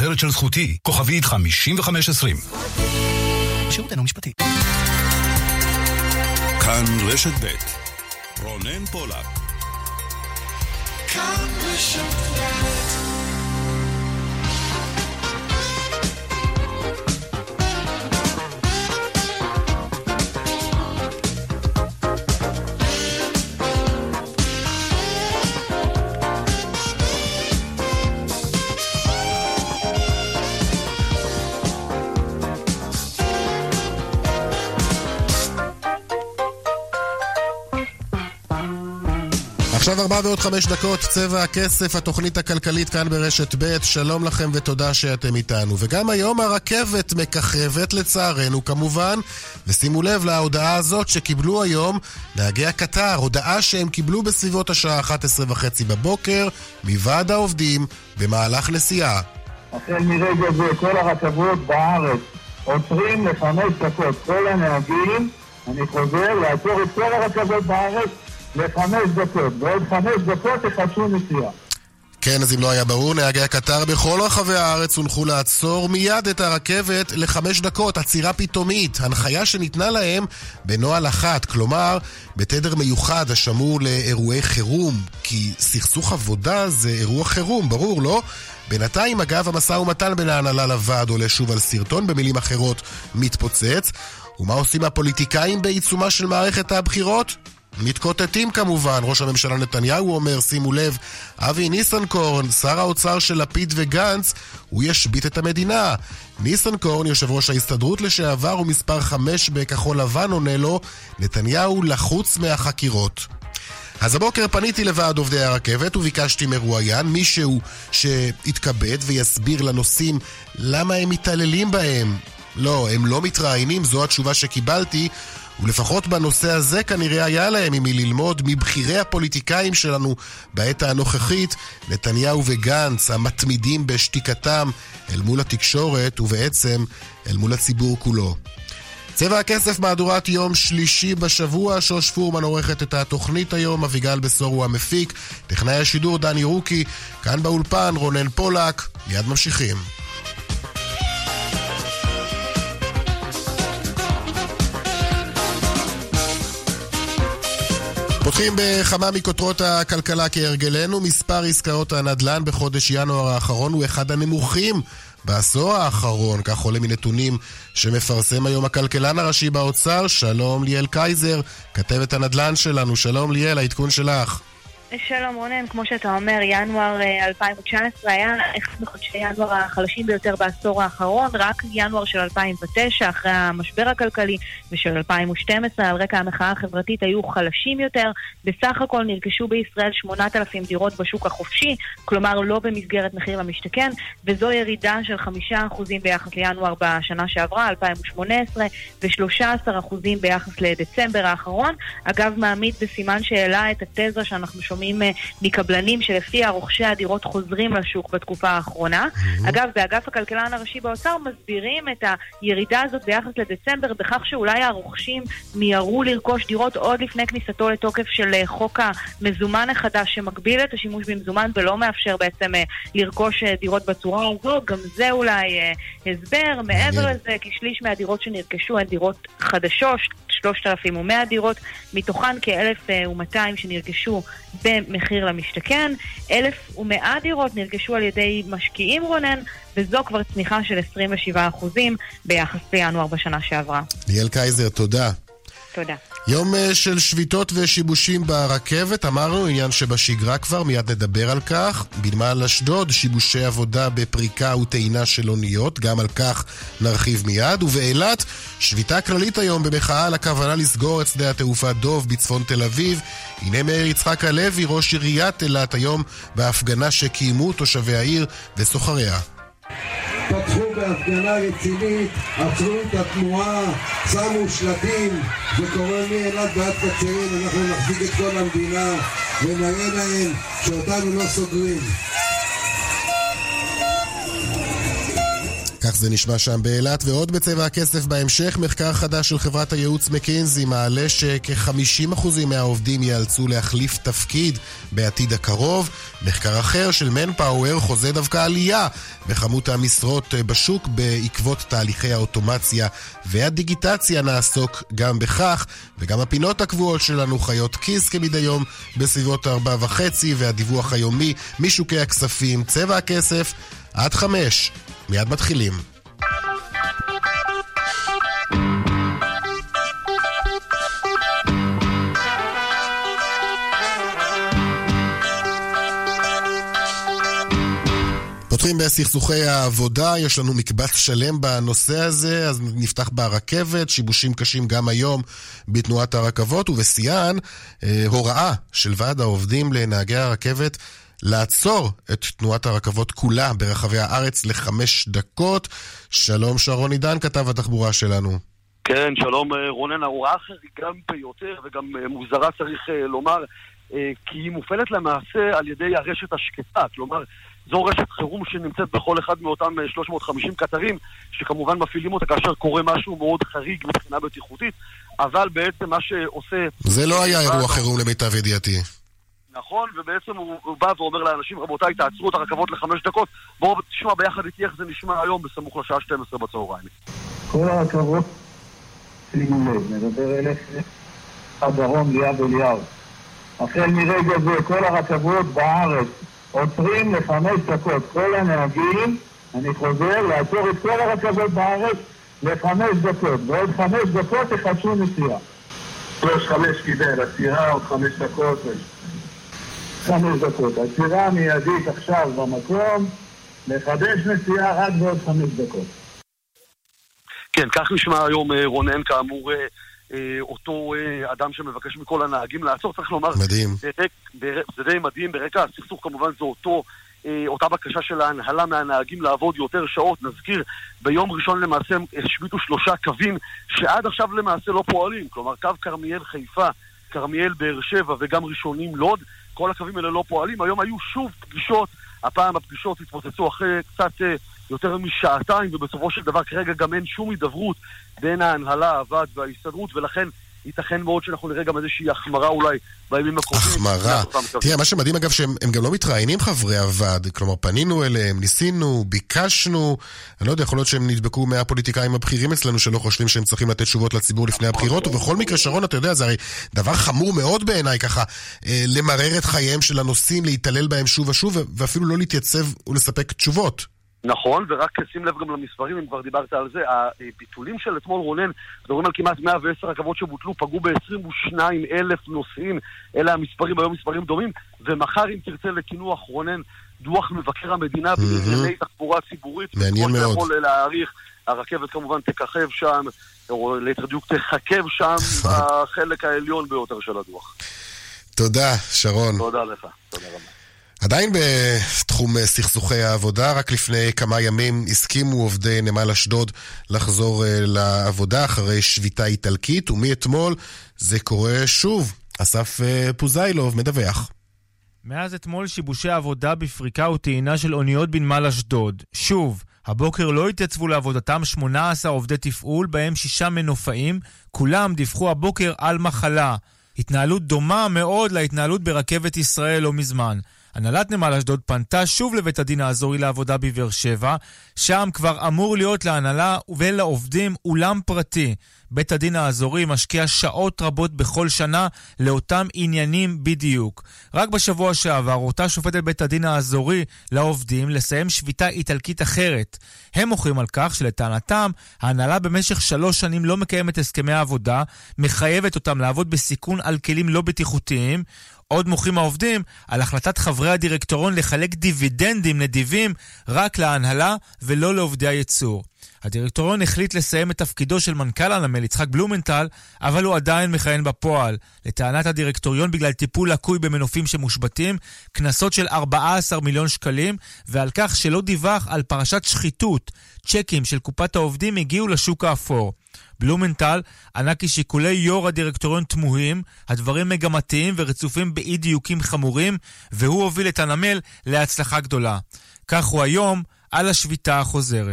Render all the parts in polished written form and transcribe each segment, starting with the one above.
אחרת של זכותי. כוכבית 5520. שירותנו משפטי. כאן רשת ב' רונן פולק. כאן רשת ב'. עכשיו 4:05, צבע הכסף, התוכנית הכלכלית כאן ברשת ב'. שלום לכם ותודה שאתם איתנו. וגם היום הרכבת מככבת לצערנו כמובן, ושימו לב להודעה הזאת שקיבלו היום נהגי הקטר, הודעה שהם קיבלו בסביבות השעה 11:30 בבוקר מוועד העובדים במהלך נסיעה. החל מרגע זה כל הרכבות בארץ עוצרים ל5 דקות, כל הנהגים, אני חוזר, לעצור את כל הרכבות בארץ ל5 דקות, ועוד 5 דקות תחדשו נסיעה. כן, אז אם לא היה ברור, נהגי הקטר בכל רחבי הארץ הונחו לעצור מיד את הרכבת ל5 דקות, עצירה פתאומית, הנחיה שניתנה להם בנוהל 1, כלומר בתדר מיוחד השמור לאירועי חירום, כי סכסוך עבודה זה אירוע חירום, ברור, לא? בינתיים, אגב, המשא ומתן בין ההנהלה לוועד עולה שוב על סרטון, במילים אחרות מתפוצץ. ומה עושים הפוליטיקאים בעיצומה של מערכת הבחירות? מתקוטטים כמובן. ראש הממשלה נתניהו אומר, שימו לב, אבי ניסנקורן, שר האוצר של לפיד וגנץ, הוא ישבית את המדינה. ניסנקורן, יושב ראש ההסתדרות לשעבר ומספר 5 בכחול לבן, עונה לו, נתניהו לחוץ מהחקירות. אז הבוקר פניתי לוועד עובדי הרכבת וביקשתי מרואיין, מישהו שיתכבד ויסביר לנוסעים למה הם מתעללים בהם. לא, הם לא מתראיינים, זו התשובה שקיבלתי, ולפחות בנושא הזה כנראה היה להם עם מי ללמוד מבחירי הפוליטיקאים שלנו בעת הנוכחית, נתניהו וגנץ, המתמידים בשתיקתם אל מול התקשורת ובעצם אל מול הציבור כולו. צבע הכסף, מהדורת יום שלישי בשבוע. שוש פורמן עורכת את התוכנית היום, אביגל בסור הוא המפיק, טכנאי השידור דני רוקי, כאן באולפן רונן פולק. מיד ממשיכים. פותחים בכמה מכותרות הכלכלה כהרגלנו. מספר עסקאות הנדל"ן בחודש ינואר האחרון הוא אחד הנמוכים בעשור האחרון, כך עולה מנתונים שמפרסם היום הכלכלן הראשי באוצר. שלום ליאל קייזר, כתבת הנדל"ן שלנו. שלום ליאל, העדכון שלך. שלום רונן, כמו שאתה אומר, ינואר 2019 היה אחד מחודשי ינואר החלשים ביותר בעשור האחרון. רק ינואר של 2009, אחרי המשבר הכלכלי, ושל 2012, על רקע המחאה החברתית, היו חלשים יותר. בסך הכל נרכשו בישראל 8,000 דירות בשוק החופשי, כלומר לא במסגרת מחיר למשתכן, וזו ירידה של 5% ביחס לינואר בשנה שעברה, 2018, ו13% ביחס לדצמבר האחרון. אגב, מעמיד בסימן שאלה את התזה שאנחנו שומעים מקבלנים שלפי רוכשי הדירות חוזרים לשוק בתקופה האחרונה. אגב, באגף הכלכלן הראשי באוצר מסבירים את הירידה הזאת ביחס לדצמבר בכך שאולי הרוכשים מיירו לרכוש דירות עוד לפני כניסתו לתוקף של חוק המזומן החדש שמגביל את השימוש במזומן ולא מאפשר בעצם לרכוש דירות בצורה הזו. גם זה אולי הסבר. מעבר לזה, כשליש מהדירות שנרכשו הן דירות חדשות, 3,100 דירות, מתוכן כ-1,200 שנרכשו במחיר למשתכן. 1,100 דירות נרכשו על ידי משקיעים, רונן, וזו כבר צניחה של 27% ביחס לינואר בשנה שעברה. ליאל קייזר, תודה. תודה. יום של שביתות ושיבושים ברכבת, אמרנו, עניין שבשגרה כבר, מיד נדבר על כך. בנמל אשדוד, שיבושי עבודה בפריקה וטעינה של אוניות, גם על כך נרחיב מיד. ובאילת, שביתה כללית היום במחאה על הכוונה לסגור את שדה התעופה דוב בצפון תל אביב. הנה מאיר יצחק הלוי, ראש עיריית אילת, היום בהפגנה שקיימו תושבי העיר וסוחריה. פתחו בהפגנה רצינית, עצרו את התנועה, שמו שלטים וקוראים מאילת ועד קצרין, אנחנו נחזיק את כל המדינה ונראה להם שאותנו לא סוגרים. כך זה נשמע שם באילת. ועוד בצבע הכסף בהמשך, מחקר חדש של חברת הייעוץ מקינזי מעלה שכ-50% מהעובדים ייאלצו להחליף תפקיד בעתיד הקרוב. מחקר אחר של מנפאוור חוזה דווקא עלייה בכמות המשרות בשוק בעקבות תהליכי האוטומציה והדיגיטציה. נעסוק גם בכך, וגם הפינות הקבועות שלנו חיות כיס כמדי יום בסביבות 4:30, והדיווח היומי משוקי הכספים. צבע הכסף עד 5. מיד מתחילים. פותחים בסכסוכי העבודה, יש לנו מקבץ שלם בנושא הזה, אז נפתח ברכבת, שיבושים קשים גם היום בתנועת הרכבות, ובשיאן הוראה של ועד העובדים לנהגי הרכבת לעצור את תנועת הרכבות כולה ברחבי הארץ ל5 דקות. שלום שרון עידן, כתב התחבורה שלנו. כן, שלום רונן. ההוראה חריגה ביותר וגם מוזרה צריך לומר, כי היא מופעלת למעשה על ידי הרשת השקטה, כלומר זו רשת חירום שנמצאת בכל אחד מאותם 350 קטרים, שכמובן מפעילים אותה כאשר קורה משהו מאוד חריג מבחינה בטיחותית, אבל בעצם מה שעושה... זה לא היה אירוע חירום למיטב ידיעתי. נכון, ובעצם הוא בא ואומר לאנשים, רבותיי, תעצרו את הרכבות ל5 דקות, בואו תשמע ביחד איתי איך זה נשמע היום בסמוך לשעה 12 בצהריים. כל הרכבות, שימו לב, נדבר אליך, הדרום ליד אליהו. החל מרגע זה, כל הרכבות בארץ עוצרים ל5 דקות. כל הנהגים, אני חוזר, לעצור את כל הרכבות בארץ ל5 דקות. בעוד 5 דקות תחדשו נסיעה. 3-5 קיבל, עצירה עוד 5 דקות. 5 דקות. עצירה מיידית עכשיו במקום, לחדש נסיעה רק בעוד 5 דקות. כן, כך נשמע היום רונן, כאמור אותו אדם שמבקש מכל הנהגים לעצור. צריך לומר, מדהים. זה די מדהים. ברקע הסכסוך כמובן זו אותה בקשה של ההנהלה מהנהגים לעבוד יותר שעות. נזכיר, ביום ראשון למעשה השביתו 3 קווים שעד עכשיו למעשה לא פועלים, כלומר קו כרמיאל חיפה, כרמיאל באר שבע וגם ראשונים לוד, כל הקווים האלה לא פועלים. היום היו שוב פגישות, הפעם הפגישות התפוצצו אחרי קצת יותר משעתיים, ובסופו של דבר כרגע גם אין שום הידברות בין ההנהלה, הוועד וההסתדרות, ולכן ייתכן מאוד שאנחנו נראה גם איזושהי החמרה אולי בימים הקרובים. החמרה. תראה, מה שמדהים אגב שהם גם לא מתראיינים חברי הוועד, כלומר פנינו אליהם, ניסינו, ביקשנו, אני לא יודע, יכול להיות שהם נדבקו מהפוליטיקאים הבכירים אצלנו שלא חושבים שהם צריכים לתת תשובות לציבור לפני הבחירות, ובכל מקרה שרון, אתה יודע, זה הרי דבר חמור מאוד בעיניי ככה, למרר את חייהם של הנוסעים, להתעלל בהם שוב ושוב, ואפילו לא להתייצב ולספק תשובות. נכון, ורק שים לב גם למספרים, אם כבר דיברת על זה, הביטולים של אתמול רונן, מדברים על כמעט 110 רכבות שבוטלו, פגעו ב-22,000 נוסעים, אלה המספרים, היום מספרים דומים, ומחר אם תרצה לכינוח רונן, דוח מבקר המדינה בענייני תחבורה ציבורית, מעניין מאוד. יכול להעריך, הרכבת כמובן תככב שם, או ליתר דיוק תחכב שם, בחלק העליון ביותר של הדוח. תודה, שרון. תודה לך, תודה רבה. עדיין בתחום סכסוכי העבודה, רק לפני כמה ימים הסכימו עובדי נמל אשדוד לחזור לעבודה אחרי שביתה איטלקית, ומאתמול זה קורה שוב. אסף פוזיילוב מדווח. מאז אתמול שיבושי עבודה בפריקה וטעינה של אוניות בנמל אשדוד. שוב, הבוקר לא התייצבו לעבודתם 18 עובדי תפעול, בהם 6 מנופאים, כולם דיווחו הבוקר על מחלה. התנהלות דומה מאוד להתנהלות ברכבת ישראל לא מזמן. הנהלת נמל אשדוד פנתה שוב לבית הדין האזורי לעבודה בבאר שבע, שם כבר אמור להיות להנהלה ולעובדים אולם פרטי. בית הדין האזורי משקיע שעות רבות בכל שנה לאותם עניינים בדיוק. רק בשבוע שעבר אותה שופטת בית הדין האזורי לעובדים לסיים שביתה איטלקית אחרת. הם מוכרים על כך שלטענתם ההנהלה במשך 3 שנים לא מקיימת הסכמי העבודה, מחייבת אותם לעבוד בסיכון על כלים לא בטיחותיים. עוד מוכרים העובדים על החלטת חברי הדירקטוריון לחלק דיבידנדים נדיבים רק להנהלה ולא לעובדי הייצור. הדירקטוריון החליט לסיים את תפקידו של מנכ"ל הנמל יצחק בלומנטל, אבל הוא עדיין מכהן בפועל. לטענת הדירקטוריון, בגלל טיפול לקוי במנופים שמושבתים, קנסות של 14 מיליון שקלים, ועל כך שלא דיווח על פרשת שחיתות. צ'קים של קופת העובדים הגיעו לשוק האפור. בלומנטל ענה כי שיקולי יו"ר הדירקטוריון תמוהים, הדברים מגמתיים ורצופים באי דיוקים חמורים, והוא הוביל את הנמל להצלחה גדולה. כך הוא היום על השביתה החוזרת.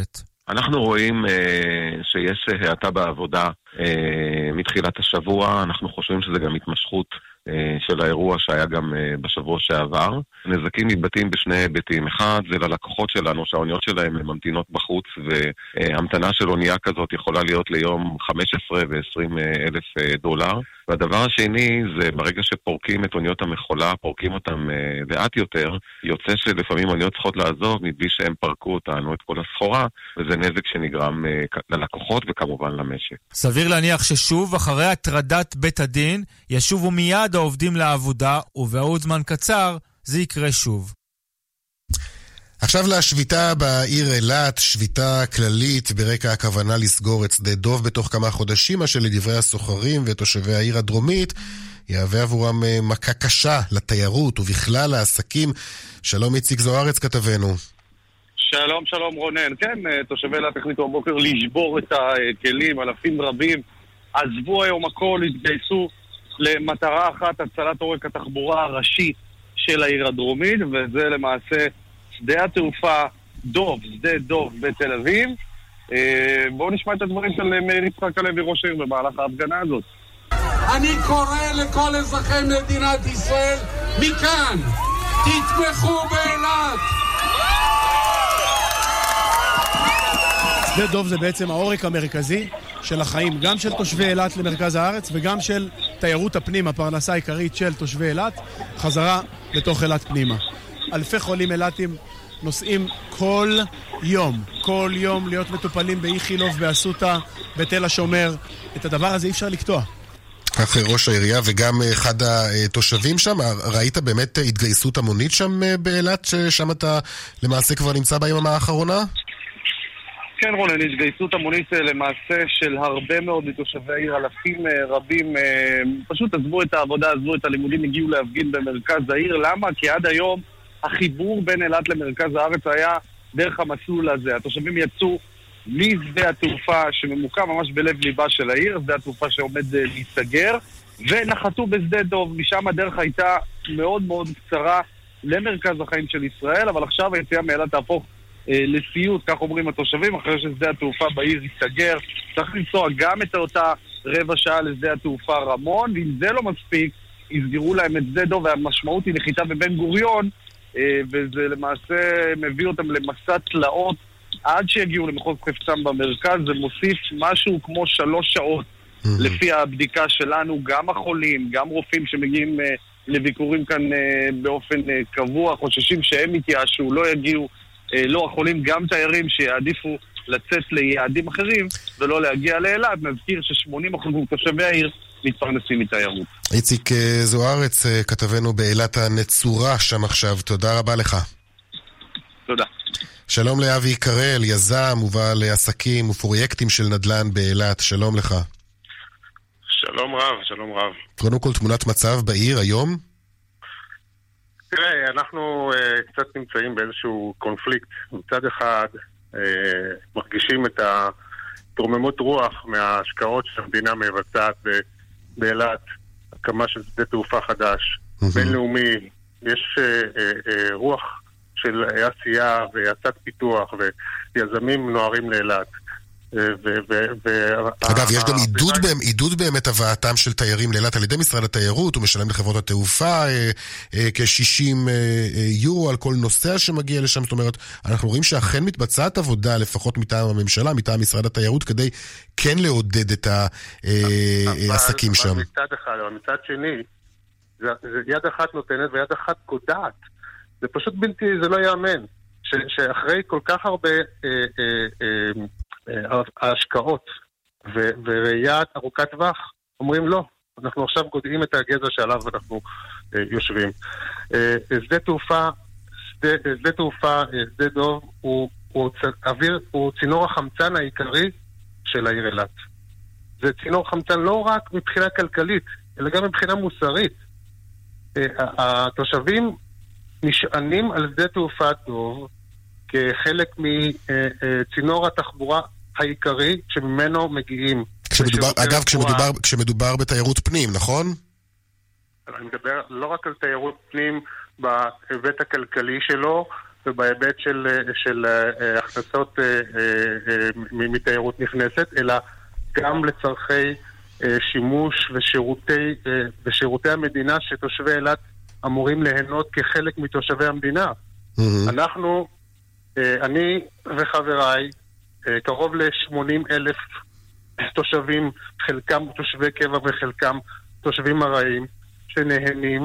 אנחנו רואים שיש האטה בעבודה מתחילת השבוע. אנחנו חושבים שזה גם התמשכות של האירוע שהיה גם בשבוע שעבר. נזקים מתבטאים בשני היבטים. אחד, זה ללקוחות שלנו שהאוניות שלהם ממתינות בחוץ, והמתנה של אונייה כזאת יכולה להיות ליום 15 ו-20 אלף דולר. והדבר השני זה ברגע שפורקים את אוניות המכולה, פורקים אותם לאט יותר, יוצא שלפעמים אוניות צריכות לעזוב מבלי שהם פרקו אותנו, את כל הסחורה, וזה נזק שנגרם ללקוחות וכמובן למשק. סביר להניח ששוב, אחרי הטרדת בית הדין, ישובו מיד העובדים לעבודה, ובעוד זמן קצר זה יקרה שוב. עכשיו לשביתה בעיר אילת, שביתה כללית ברקע הכוונה לסגור את שדה דוב בתוך כמה חודשים, מה שלדברי הסוחרים ותושבי העיר הדרומית יהווה עבורם מכה קשה לתיירות ובכלל לעסקים. שלום איציק זוארץ כתבנו. שלום, שלום רונן. כן, תושבי אילת החליטו הבוקר לשבור את הכלים, אלפים רבים עזבו היום הכל, התגייסו למטרה אחת, הצלת עורק התחבורה הראשי של העיר הדרומית, וזה למעשה שדה התעופה דוב, שדה דוב בתל אביב. בואו נשמע את הדברים של מאיר יצחק הלוי ראש העיר במהלך ההפגנה הזאת. אני קורא לכל אזרחי מדינת ישראל מכאן, תתמכו באילת. שדה דוב זה בעצם העורק המרכזי של החיים, גם של תושבי אילת למרכז הארץ וגם של תיירות הפנים, הפרנסה העיקרית של תושבי אילת, חזרה לתוך אילת פנימה. אלפי חולים אילתים נוסעים כל יום להיות מטופלים באיכילוב, באסותא, בתל השומר. את הדבר הזה אי אפשר לקטוע. כך ראש העירייה וגם אחד התושבים שם. ראית באמת התגייסות המונית שם באילת, ששם אתה למעשה כבר נמצא ביממה האחרונה? כן רונן, התגייסות המונית למעשה של הרבה מאוד מתושבי העיר, אלפים רבים פשוט עזבו את העבודה, עזבו את הלימודים, הגיעו להפגין במרכז העיר. למה? כי עד היום החיבור בין אילת למרכז הארץ היה דרך המסלול הזה. התושבים יצאו משדה התעופה שממוקם ממש בלב ליבה של העיר, שדה התעופה שעומד להיסגר, ונחתו בשדה דוב. משם הדרך הייתה מאוד מאוד קצרה למרכז החיים של ישראל, אבל עכשיו היציאה מאילת תהפוך לסיוט, כך אומרים התושבים, אחרי ששדה התעופה בעיר ייסגר. צריך לנסוע גם את אותה רבע שעה לשדה התעופה רמון, ואם זה לא מספיק, יסגרו להם את שדה דוב, והמשמעות היא נחיתה בבן גוריון, וזה למעשה מביא אותם למסע תלאות עד שיגיעו למחוז חפצם במרכז. זה מוסיף משהו כמו 3 שעות לפי הבדיקה שלנו. גם החולים, גם רופאים שמגיעים לביקורים כאן באופן קבוע, חוששים שהם יתייאשו, לא יגיעו, לא החולים, גם תיירים שיעדיפו לצאת ליעדים אחרים ולא להגיע לאילת. נזכיר ש80% מתושבי העיר מתפרנסים מתיירות. איציק זוארץ, כתבנו באילת הנצורה שם עכשיו, תודה רבה לך. תודה. שלום לאבי קרל, יזם ובעל עסקים ופרויקטים של נדל"ן באילת, שלום לך. שלום רב, שלום רב. קודם כל תמונת מצב בעיר היום? תראה, אנחנו קצת נמצאים באיזשהו קונפליקט. מצד אחד מרגישים את התרוממות רוח מההשקעות שהמדינה מבצעת באילת, הקמה של שדה תעופה חדש, בינלאומי. יש רוח של עשייה והצעת פיתוח ויזמים נוערים לאילת. אגב, יש גם עידוד באמת הבאתם של תיירים לאילת על ידי משרד התיירות. הוא משלם לחברות התעופה כ-60 יורו על כל נוסע שמגיע לשם. זאת אומרת, אנחנו רואים שאכן מתבצעת עבודה, לפחות מטעם הממשלה, מטעם משרד התיירות, כדי כן לעודד את העסקים שם. אבל מצד אחד, אבל מצד שני, יד אחת נותנת ויד אחת קודעת. זה פשוט בלתי, זה לא יאמן. שאחרי כל כך הרבה ההשקעות וראיית ארוכת טווח, אומרים לא, אנחנו עכשיו גודעים את הגזע שעליו אנחנו יושבים. שדה דוב הוא צינור החמצן העיקרי של העיר אילת. זה צינור חמצן לא רק מבחינה כלכלית, אלא גם מבחינה מוסרית. התושבים נשענים על שדה תעופה דוב כחלק מצינור התחבורה העיקרי שממנו מגיעים. אגב, כשמדובר בתיירות פנים, נכון? אני מדבר לא רק על תיירות פנים בהיבט הכלכלי שלו, ובהיבט של הכנסות מתיירות נכנסת, אלא גם לצרכי שימוש ושירותי המדינה שתושבי אילת אמורים ליהנות כחלק מתושבי המדינה. אנחנו, אני וחבריי, קרוב ל-80,000 תושבים, חלקם תושבי קבע וחלקם תושבים ארעיים, שנהנים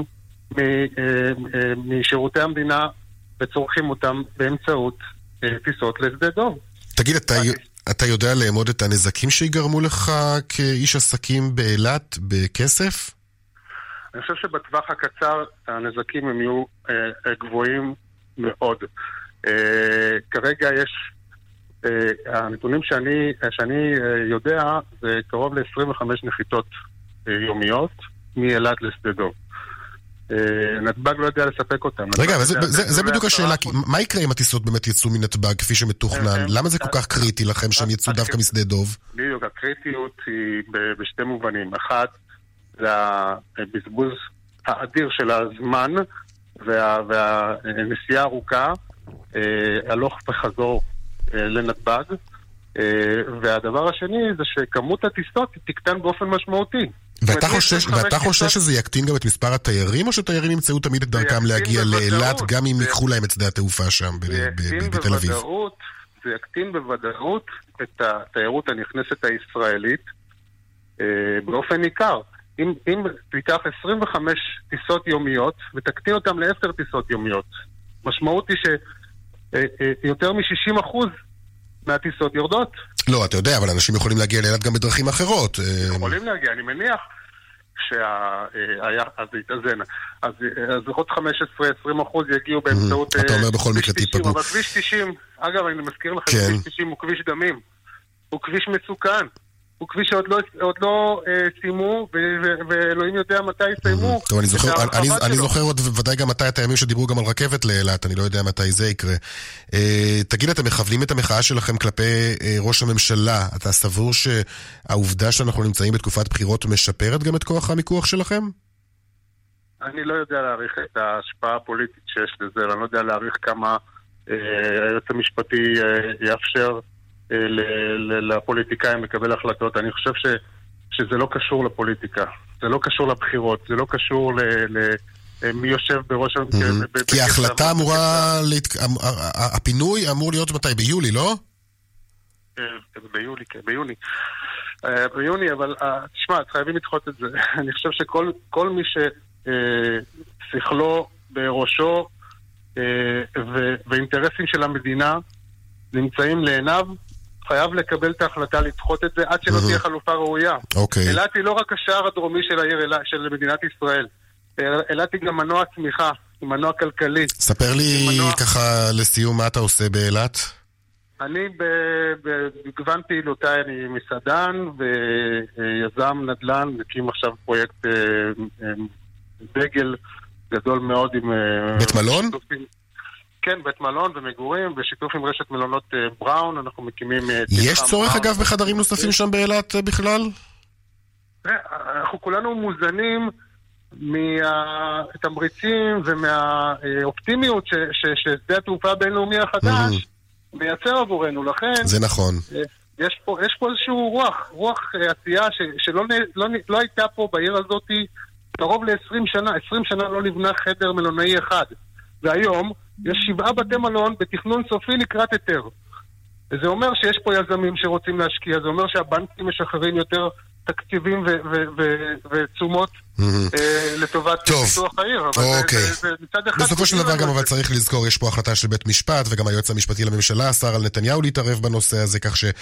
משירותי המדינה וצורכים אותם באמצעות טיסות לשדה דב. תגיד, אתה יודע לאמוד את הנזקים שיגרמו לך כאיש עסקים באילת בכסף? אני חושב שבטווח הקצר הנזקים הם יהיו גבוהים מאוד. כרגע יש, הנתונים שאני יודע, זה קרוב ל-25 נחיתות יומיות מאילת לשדה דב. נתב"ג לא יודע לספק אותם. רגע, זה בדיוק השאלה, מה יקרה אם הטיסות באמת יצאו מנתב"ג כפי שמתוכנן? למה זה כל כך קריטי לכם שהם יצאו דווקא משדה דב? בדיוק, הקריטיות היא בשתי מובנים. אחד, זה הבזבוז האדיר של הזמן והנסיעה הארוכה, הלוך וחזור לנתב"ג, והדבר השני זה שכמות הטיסות תקטן באופן משמעותי. ואתה חושש שזה יקטין גם את מספר התיירים, או שתיירים ימצאו תמיד את דרכם להגיע לאילת, גם אם ייקחו להם את שדה התעופה שם בתל אביב? זה יקטין בוודאות את התיירות הנכנסת הישראלית באופן ניכר. אם תיקח 25 טיסות יומיות ותקטין אותם ל10 טיסות יומיות, משמעות היא שיותר מ-60% מהטיסות יורדות. לא, אתה יודע, אבל אנשים יכולים להגיע לאילת גם בדרכים אחרות. יכולים להגיע, אני מניח אז יתאזן. אז עוד 15-20% יגיעו באמצעות אתה אומר בכל מקרה תיפגעו. אבל כביש 90, אגב, אני מזכיר לכם, כביש 90 הוא כביש דמים. הוא כביש מסוכן. הוא כביש שעוד לא סיימו, ואלוהים יודע מתי יסיימו. טוב, אני זוכר עוד ודאי גם מתי את הימים שדיברו גם על רכבת לאילת, אני לא יודע מתי זה יקרה. תגיד, אתם מכוונים את המחאה שלכם כלפי ראש הממשלה, אתה סבור שהעובדה שאנחנו נמצאים בתקופת בחירות משפרת גם את כוח המיקוח שלכם? אני לא יודע להעריך את ההשפעה הפוליטית שיש לזה, אני לא יודע להעריך כמה היועץ המשפטי יאפשר לפוליטיקאים לקבל החלטות. אני חושב שזה לא קשור לפוליטיקה, זה לא קשור לבחירות, זה לא קשור למי יושב בראש... כי ההחלטה אמורה... הפינוי אמור להיות מתי? ביולי, לא? ביולי, כן, ביוני, אבל תשמע, חייבים לדחות את זה. אני חושב שכל מי ששכלו בראשו ואינטרסים של המדינה נמצאים לעיניו, חייב לקבל את ההחלטה לדחות את זה עד שלא תהיה חלופה ראויה. אילת היא לא רק השער הדרומי של העיר של מדינת ישראל. אילת היא גם מנוע צמיחה, היא מנוע כלכלי. ספר לי ככה לסיום מה אתה עושה באילת. אני בגוון פעילותיי, אני מסעדן ויזם נדל"ן, מקים עכשיו פרויקט דגל גדול מאוד עם... בית מלון? כן, בית מלון ומגורים, בשיתוף עם רשת מלונות בראון, אנחנו מקימים... יש צורך אגב בחדרים נוספים שם באילת בכלל? אנחנו כולנו מוזנים מהתמריצים ומהאופטימיות ששדה התעופה הבינלאומי החדש מייצר עבורנו, לכן... זה נכון. יש פה איזשהו רוח עשייה שלא הייתה פה בעיר הזאת קרוב ל-20 שנה. 20 שנה לא נבנה חדר מלונאי אחד. והיום יש 7 בתי מלון בתכנון סופי לקראת היתר. זה אומר שיש פה יזמים שרוצים להשקיע, זה אומר שהבנקים משחררים יותר תקציבים ותשומות לטובת פיתוח העיר. אוקיי. בסופו של דבר גם אבל צריך לזכור, יש פה החלטה של בית משפט, וגם היועץ המשפטי לממשלה אסר על נתניהו להתערב בנושא הזה, כך ש...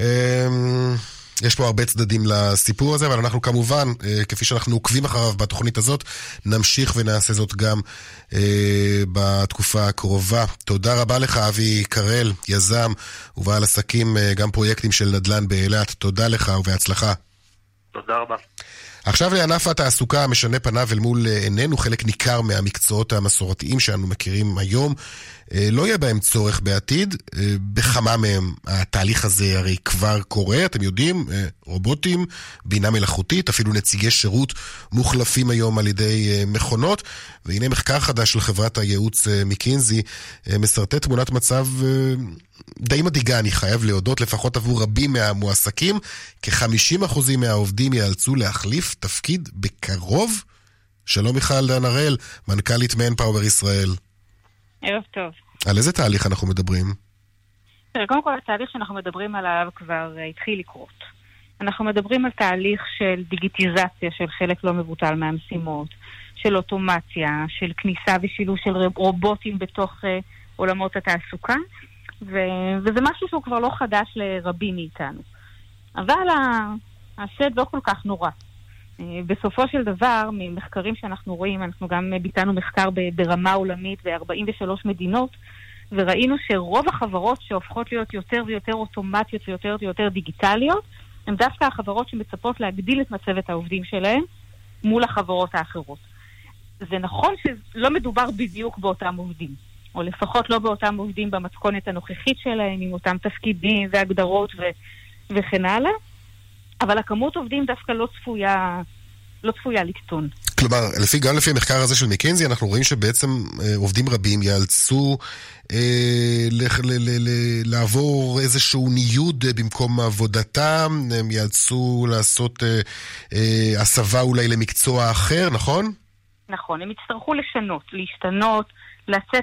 יש פה הרבה צדדים לסיפור הזה, אבל אנחנו כמובן, כפי שאנחנו עוקבים אחריו בתוכנית הזאת, נמשיך ונעשה זאת גם בתקופה הקרובה. תודה רבה לך, אבי קרל, יזם ובעל עסקים, גם פרויקטים של נדל"ן באילת. תודה לך ובהצלחה. תודה רבה. עכשיו לענף התעסוקה המשנה פניו אל מול עינינו, חלק ניכר מהמקצועות המסורתיים שאנו מכירים היום, לא יהיה בהם צורך בעתיד. בכמה מהם התהליך הזה הרי כבר קורה, אתם יודעים, רובוטים, בינה מלאכותית, אפילו נציגי שירות מוחלפים היום על ידי מכונות, והנה מחקר חדש של חברת הייעוץ מקינזי מסרטט תמונת מצב די מדאיגה, אני חייב להודות, לפחות עבור רבים מהמועסקים, כ-50% מהעובדים יאלצו להחליף תפקיד בקרוב. שלום מיכל דן הראל, מנכ"לית מנפאוור ישראל. ערב טוב. על איזה תהליך אנחנו מדברים? קודם כל, התהליך שאנחנו מדברים עליו כבר התחיל לקרות. אנחנו מדברים על תהליך של דיגיטיזציה של חלק לא מבוטל מהמשימות, של אוטומציה, של כניסה ושילוב של רובוטים בתוך עולמות התעסוקה, וזה משהו שהוא כבר לא חדש לרבים מאיתנו. אבל השד לא כל כך נורא. בסופו של דבר, ממחקרים שאנחנו רואים, אנחנו גם ביטאנו מחקר ברמה עולמית ב-43 מדינות, וראינו שרוב החברות שהופכות להיות יותר ויותר אוטומטיות ויותר ויותר דיגיטליות, הן דווקא החברות שמצפות להגדיל את מצבת העובדים שלהן מול החברות האחרות. זה נכון שלא מדובר בדיוק באותם עובדים, או לפחות לא באותם עובדים במתכונת הנוכחית שלהם, עם אותם תפקידים והגדרות וכן הלאה, אבל הכמות עובדים דווקא לא צפויה לקטון. כלומר, גם לפי המחקר הזה של מקינזי, אנחנו רואים שבעצם עובדים רבים יאלצו לעבור איזשהו ניוד במקום עבודתם, הם יאלצו לעשות הסבה אולי למקצוע אחר, נכון? נכון, הם יצטרכו להשתנות, לצאת...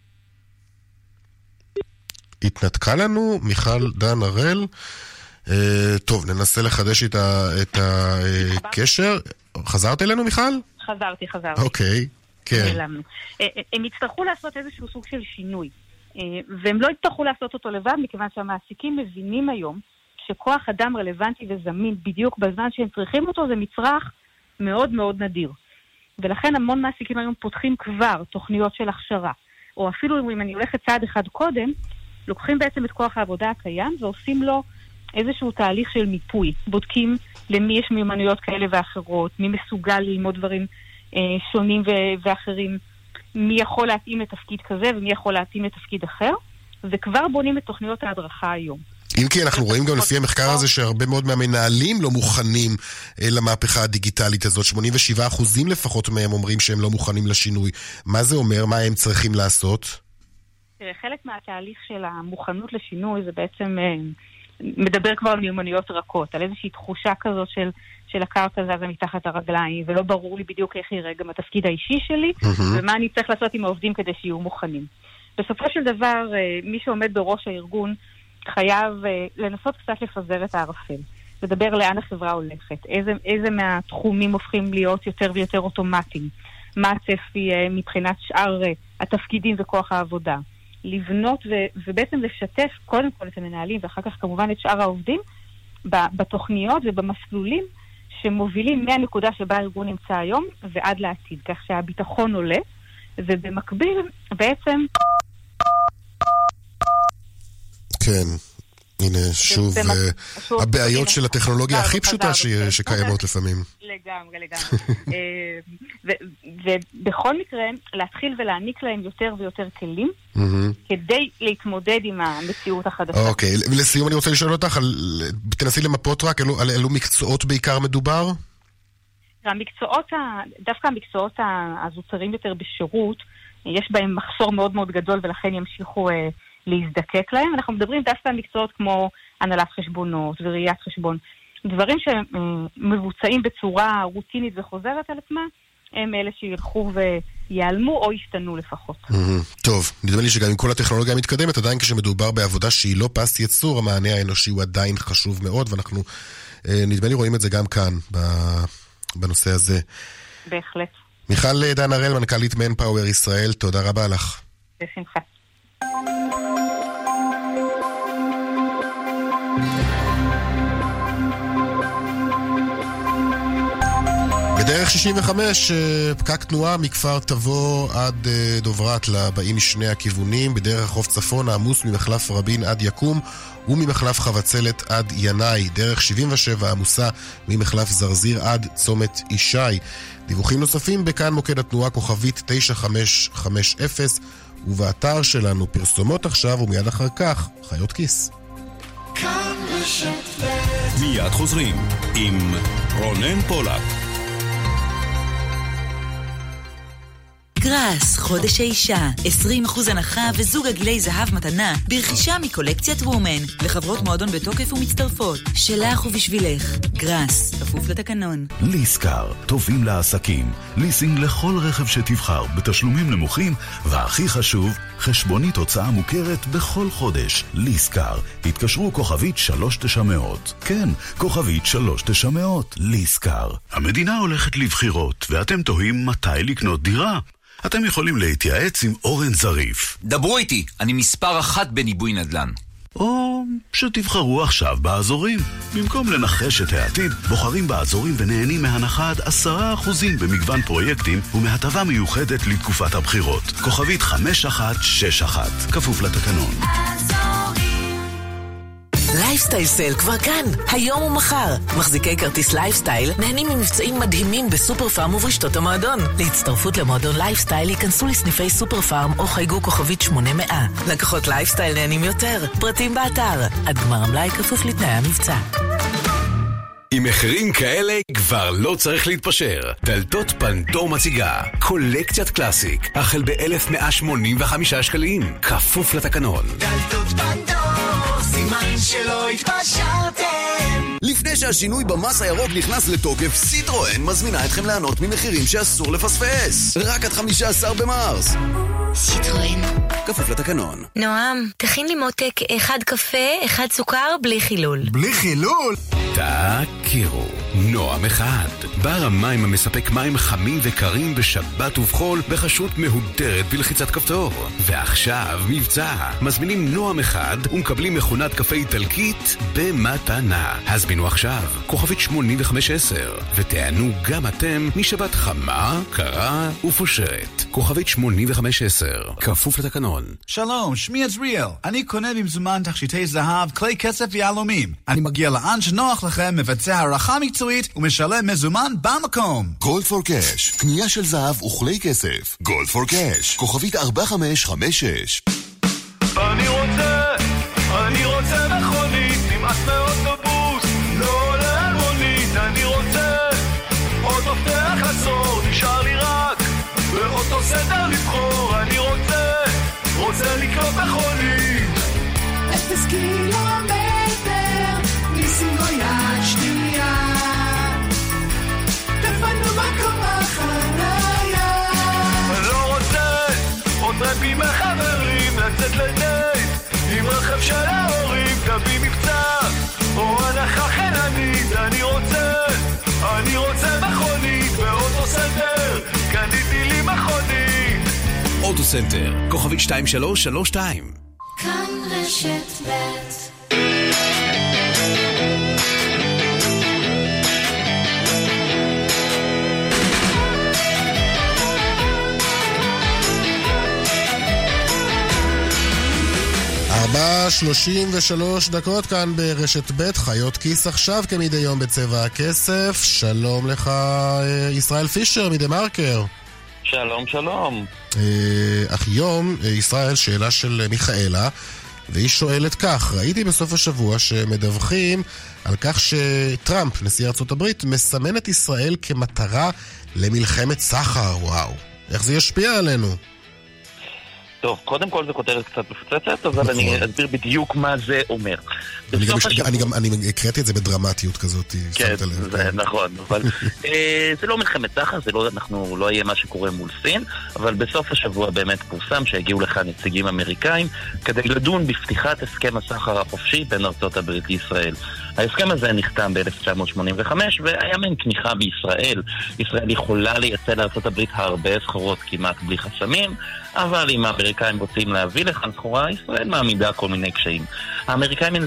התנתקה לנו מיכל דן הראל. טוב, ננסה לחדש את הקשר. חזרת אלינו, מיכל? חזרתי. אוקיי, כן. הם יצטרכו לעשות איזשהו סוג של שינוי, והם לא יצטרכו לעשות אותו לבד, מכיוון שהמעסיקים מבינים היום שכוח אדם רלוונטי וזמין בדיוק בזמן שהם צריכים אותו, זה מצרך מאוד מאוד נדיר. ולכן המון מעסיקים היום פותחים כבר תוכניות של הכשרה, או אפילו אם אני הולכת צעד אחד קודם, לוקחים בעצם את כוח העבודה הקיים ועושים לו איזשהו תהליך של מיפוי. בודקים למי יש מיומנויות כאלה ואחרות, מי מסוגל ללמוד דברים שונים ואחרים, מי יכול להתאים לתפקיד כזה ומי יכול להתאים לתפקיד אחר, וכבר בונים את תוכניות ההדרכה היום. אם כי אנחנו רואים גם לפי המחקר הזה שהרבה מאוד מהמנהלים לא מוכנים למהפכה הדיגיטלית הזאת, 87% לפחות מהם אומרים שהם לא מוכנים לשינוי. מה זה אומר? מה הם צריכים לעשות? חלק מהתהליך של המוכנות לשינוי זה בעצם מדבר כבר על מיומנויות רכות, על איזושהי תחושה כזאת של הקרקע זזה מתחת הרגליים, ולא ברור לי בדיוק איך יראה גם התפקיד האישי שלי, ומה אני צריך לעשות עם העובדים כדי שיהיו מוכנים. בסופו של דבר, מי שעומד בראש הארגון חייב לנסות קצת לפזר את הערפל, לדבר לאן החברה הולכת, איזה מהתחומים הופכים להיות יותר ויותר אוטומטיים, מה הצפי מבחינת שאר התפקידים וכוח העבודה. לבנות ובעצם לשתף קודם כל את המנהלים ואחר כך כמובן את שאר העובדים בתוכניות ובמסלולים שמובילים מהנקודה שבה הארגון נמצא היום ועד לעתיד, כך שהביטחון עולה, ובמקביל בעצם... כן, הנה שוב הבעיות של הטכנולוגיה הכי פשוטה שקיימות לפעמים. לגמרי. ובכל מקרה, להתחיל ולהעניק להם יותר ויותר כלים, כדי להתמודד עם המציאות החדשה. אוקיי, ולסיום אני רוצה לשאול אותך, תנסי למפות רק, על אילו מקצועות בעיקר מדובר? דווקא המקצועות הזוטרים יותר בשירות, יש בהם מחסור מאוד מאוד גדול, ולכן ימשיכו להזדקק להם. אנחנו מדברים דווקא על מקצועות כמו הנהלת חשבונות וראיית חשבון, דברים שמבוצעים בצורה רוטינית וחוזרת על עצמה, הם אלה שילכו ויעלמו או ישתנו לפחות. טוב, נדמה לי שגם עם כל הטכנולוגיה המתקדמת, עדיין כשמדובר בעבודה שהיא לא פס יצור, המענה האנושי הוא עדיין חשוב מאוד, ואנחנו נדמה לי רואים את זה גם כאן בנושא הזה. בהחלט. מיכל דן הראל, מנכ"לית מנפאוור ישראל, תודה רבה לך. בשמחה. בדרך 65, פקק תנועה מכפר תבור עד דוברת לבאים משני הכיוונים, בדרך החוף צפון העמוס ממחלף רבין עד יקום וממחלף חבצלת עד ינאי, דרך 77 עמוסה ממחלף זרזיר עד צומת אישי. דיווחים נוספים בכאן מוקד התנועה כוכבית 9550 ובאתר שלנו פרסומות עכשיו ומיד אחר כך חיות כיס. מיד חוזרים עם רונן פולק. גראס, חודש האישה, 20% הנחה וזוג עגילי זהב מתנה ברכישה מקולקציית וומן לחברות מועדון בתוקף ומצטרפות. שלך ובשבילך. גראס, כפוף לתקנון. ליסקר, טובים לעסקים. ליסינג לכל רכב שתבחר בתשלומים נמוכים, והכי חשוב, חשבונית הוצאה מוכרת בכל חודש. ליסקר, התקשרו כוכבית 3900. כן, כוכבית 3900. ליסקר. המדינה הולכת לבחירות, ואתם תוהים מתי לקנות דירה. אתם יכולים להתייעץ עם אורן זריף. דברו איתי, אני מספר 1 בניבוי נדל"ן. או שתבחרו עכשיו באזורים. במקום לנחש את העתיד, בוחרים באזורים ונהנים מהנחה עד 10% במגוון פרויקטים ומהטבה מיוחדת לתקופת הבחירות. כוכבית 5161, כפוף לתקנון. לייפסטייל סייל כבר כאן, היום ומחר. מחזיקי כרטיס לייפסטייל נהנים ממבצעים מדהימים בסופר פארם וברשתות המועדון. להצטרפות למועדון לייפסטייל ייכנסו לסניפי סופר פארם או חייגו כוכבית 800. לקוחות לייפסטייל נהנים יותר, פרטים באתר. עד גמר המלאי כפוף לתנאי המבצע. עם מחירים כאלה כבר לא צריך להתפשר. דלתות פנדור מציגה קולקציית קלאסיק החל ב-1,185 שקלים, כפוף לתקנון. דלתות פנדור, סימן שלא התפשרתם. לפני שהשינוי במס הירוק נכנס לתוקף, סיטרואן מזמינה אתכם לענות ממחירים שאסור לפספס. רק עד 15 במרס. סיטרואן, כפוף לתקנון. נועם, תכין לי מותק 1 קפה, 1 סוכר, בלי חילול. בלי חילול? תכירו, נועם אחד, בר המים המספק מים חמים וקרים בשבת ובחול בחשות מהודרת בלחיצת כפתור. ועכשיו מבצע, מזמינים נועם אחד ומקבלים מכונת קפה איטלקית במתנה. הזמינו עכשיו, כוכבית 8510, ותענו גם אתם משבת חמה, קרה ופושרת. כוכבית 8510, כפוף לתקנון. שלום, שמי עזריאל. אני קונה במזומן תכשיטי זהב, כלי כסף ויהלומים. אני מגיע לאן שנוח לכם, מבצע הערכה מקצועית ומשלם מזומן במקום. גולד פור קאש, קנייה של זהב וכלי כסף. גולד פור קאש, כוכבית 4556. אני רוצה מכונית, נמאס מאוטובוס, לא עולה על מונית. אני רוצה עוד מפתח עצור, נשאר לי רק באוטו סנטר לבחור. אני רוצה לקנות מכונית 0 קילומטר, ניסים או יד שנייה, תפנו מקום בחניה. אני לא רוצה עוד רבים מחברים, לצאת לדייט עם רכב של ההורים, תביא מבצע או הנחה חיננית. אני רוצה מכונית באוטו סנטר, קניתי לי מכונית. אוטו סנטר, כוכבית 2332. כאן רשת בית. ארבע 33 דקות כאן ברשת ב' חיות כיס עכשיו כמדי יום בצבע הכסף. שלום לך ישראל פישר מדה מרקר. שלום שלום. אך יום ישראל, שאלה של מיכאלה, והיא שואלת כך: ראיתי בסוף השבוע שמדווחים על כך שטראמפ, נשיא ארצות הברית, מסמן את ישראל כמטרה למלחמת סחר. וואו, איך זה ישפיע עלינו? טוב, קודם כל זה כותרת קצת מפוצצת, אבל אני אסביר בדיוק מה זה אומר. אני הקראתי את זה בדרמטיות כזאת. כן, זה נכון, אבל זה לא מלחמת סחר, אנחנו לא יהיה מה שקורה מול סין, אבל בסוף השבוע באמת פורסם שהגיעו לכאן נציגים אמריקאים כדי לדון בפתיחת הסכם הסחר החופשי בין ארצות הברית לישראל. ההסכם הזה נחתם ב-1985 והיה מן תמיכה בישראל. ישראל יכולה לייצא לארצות הברית הרבה סחורות כמעט בלי חסמים, אבל אם האמריקאים רוצים להביא לכאן סחורה, ישראל מעמידה כל מיני קשיים. האמריקאים מנסים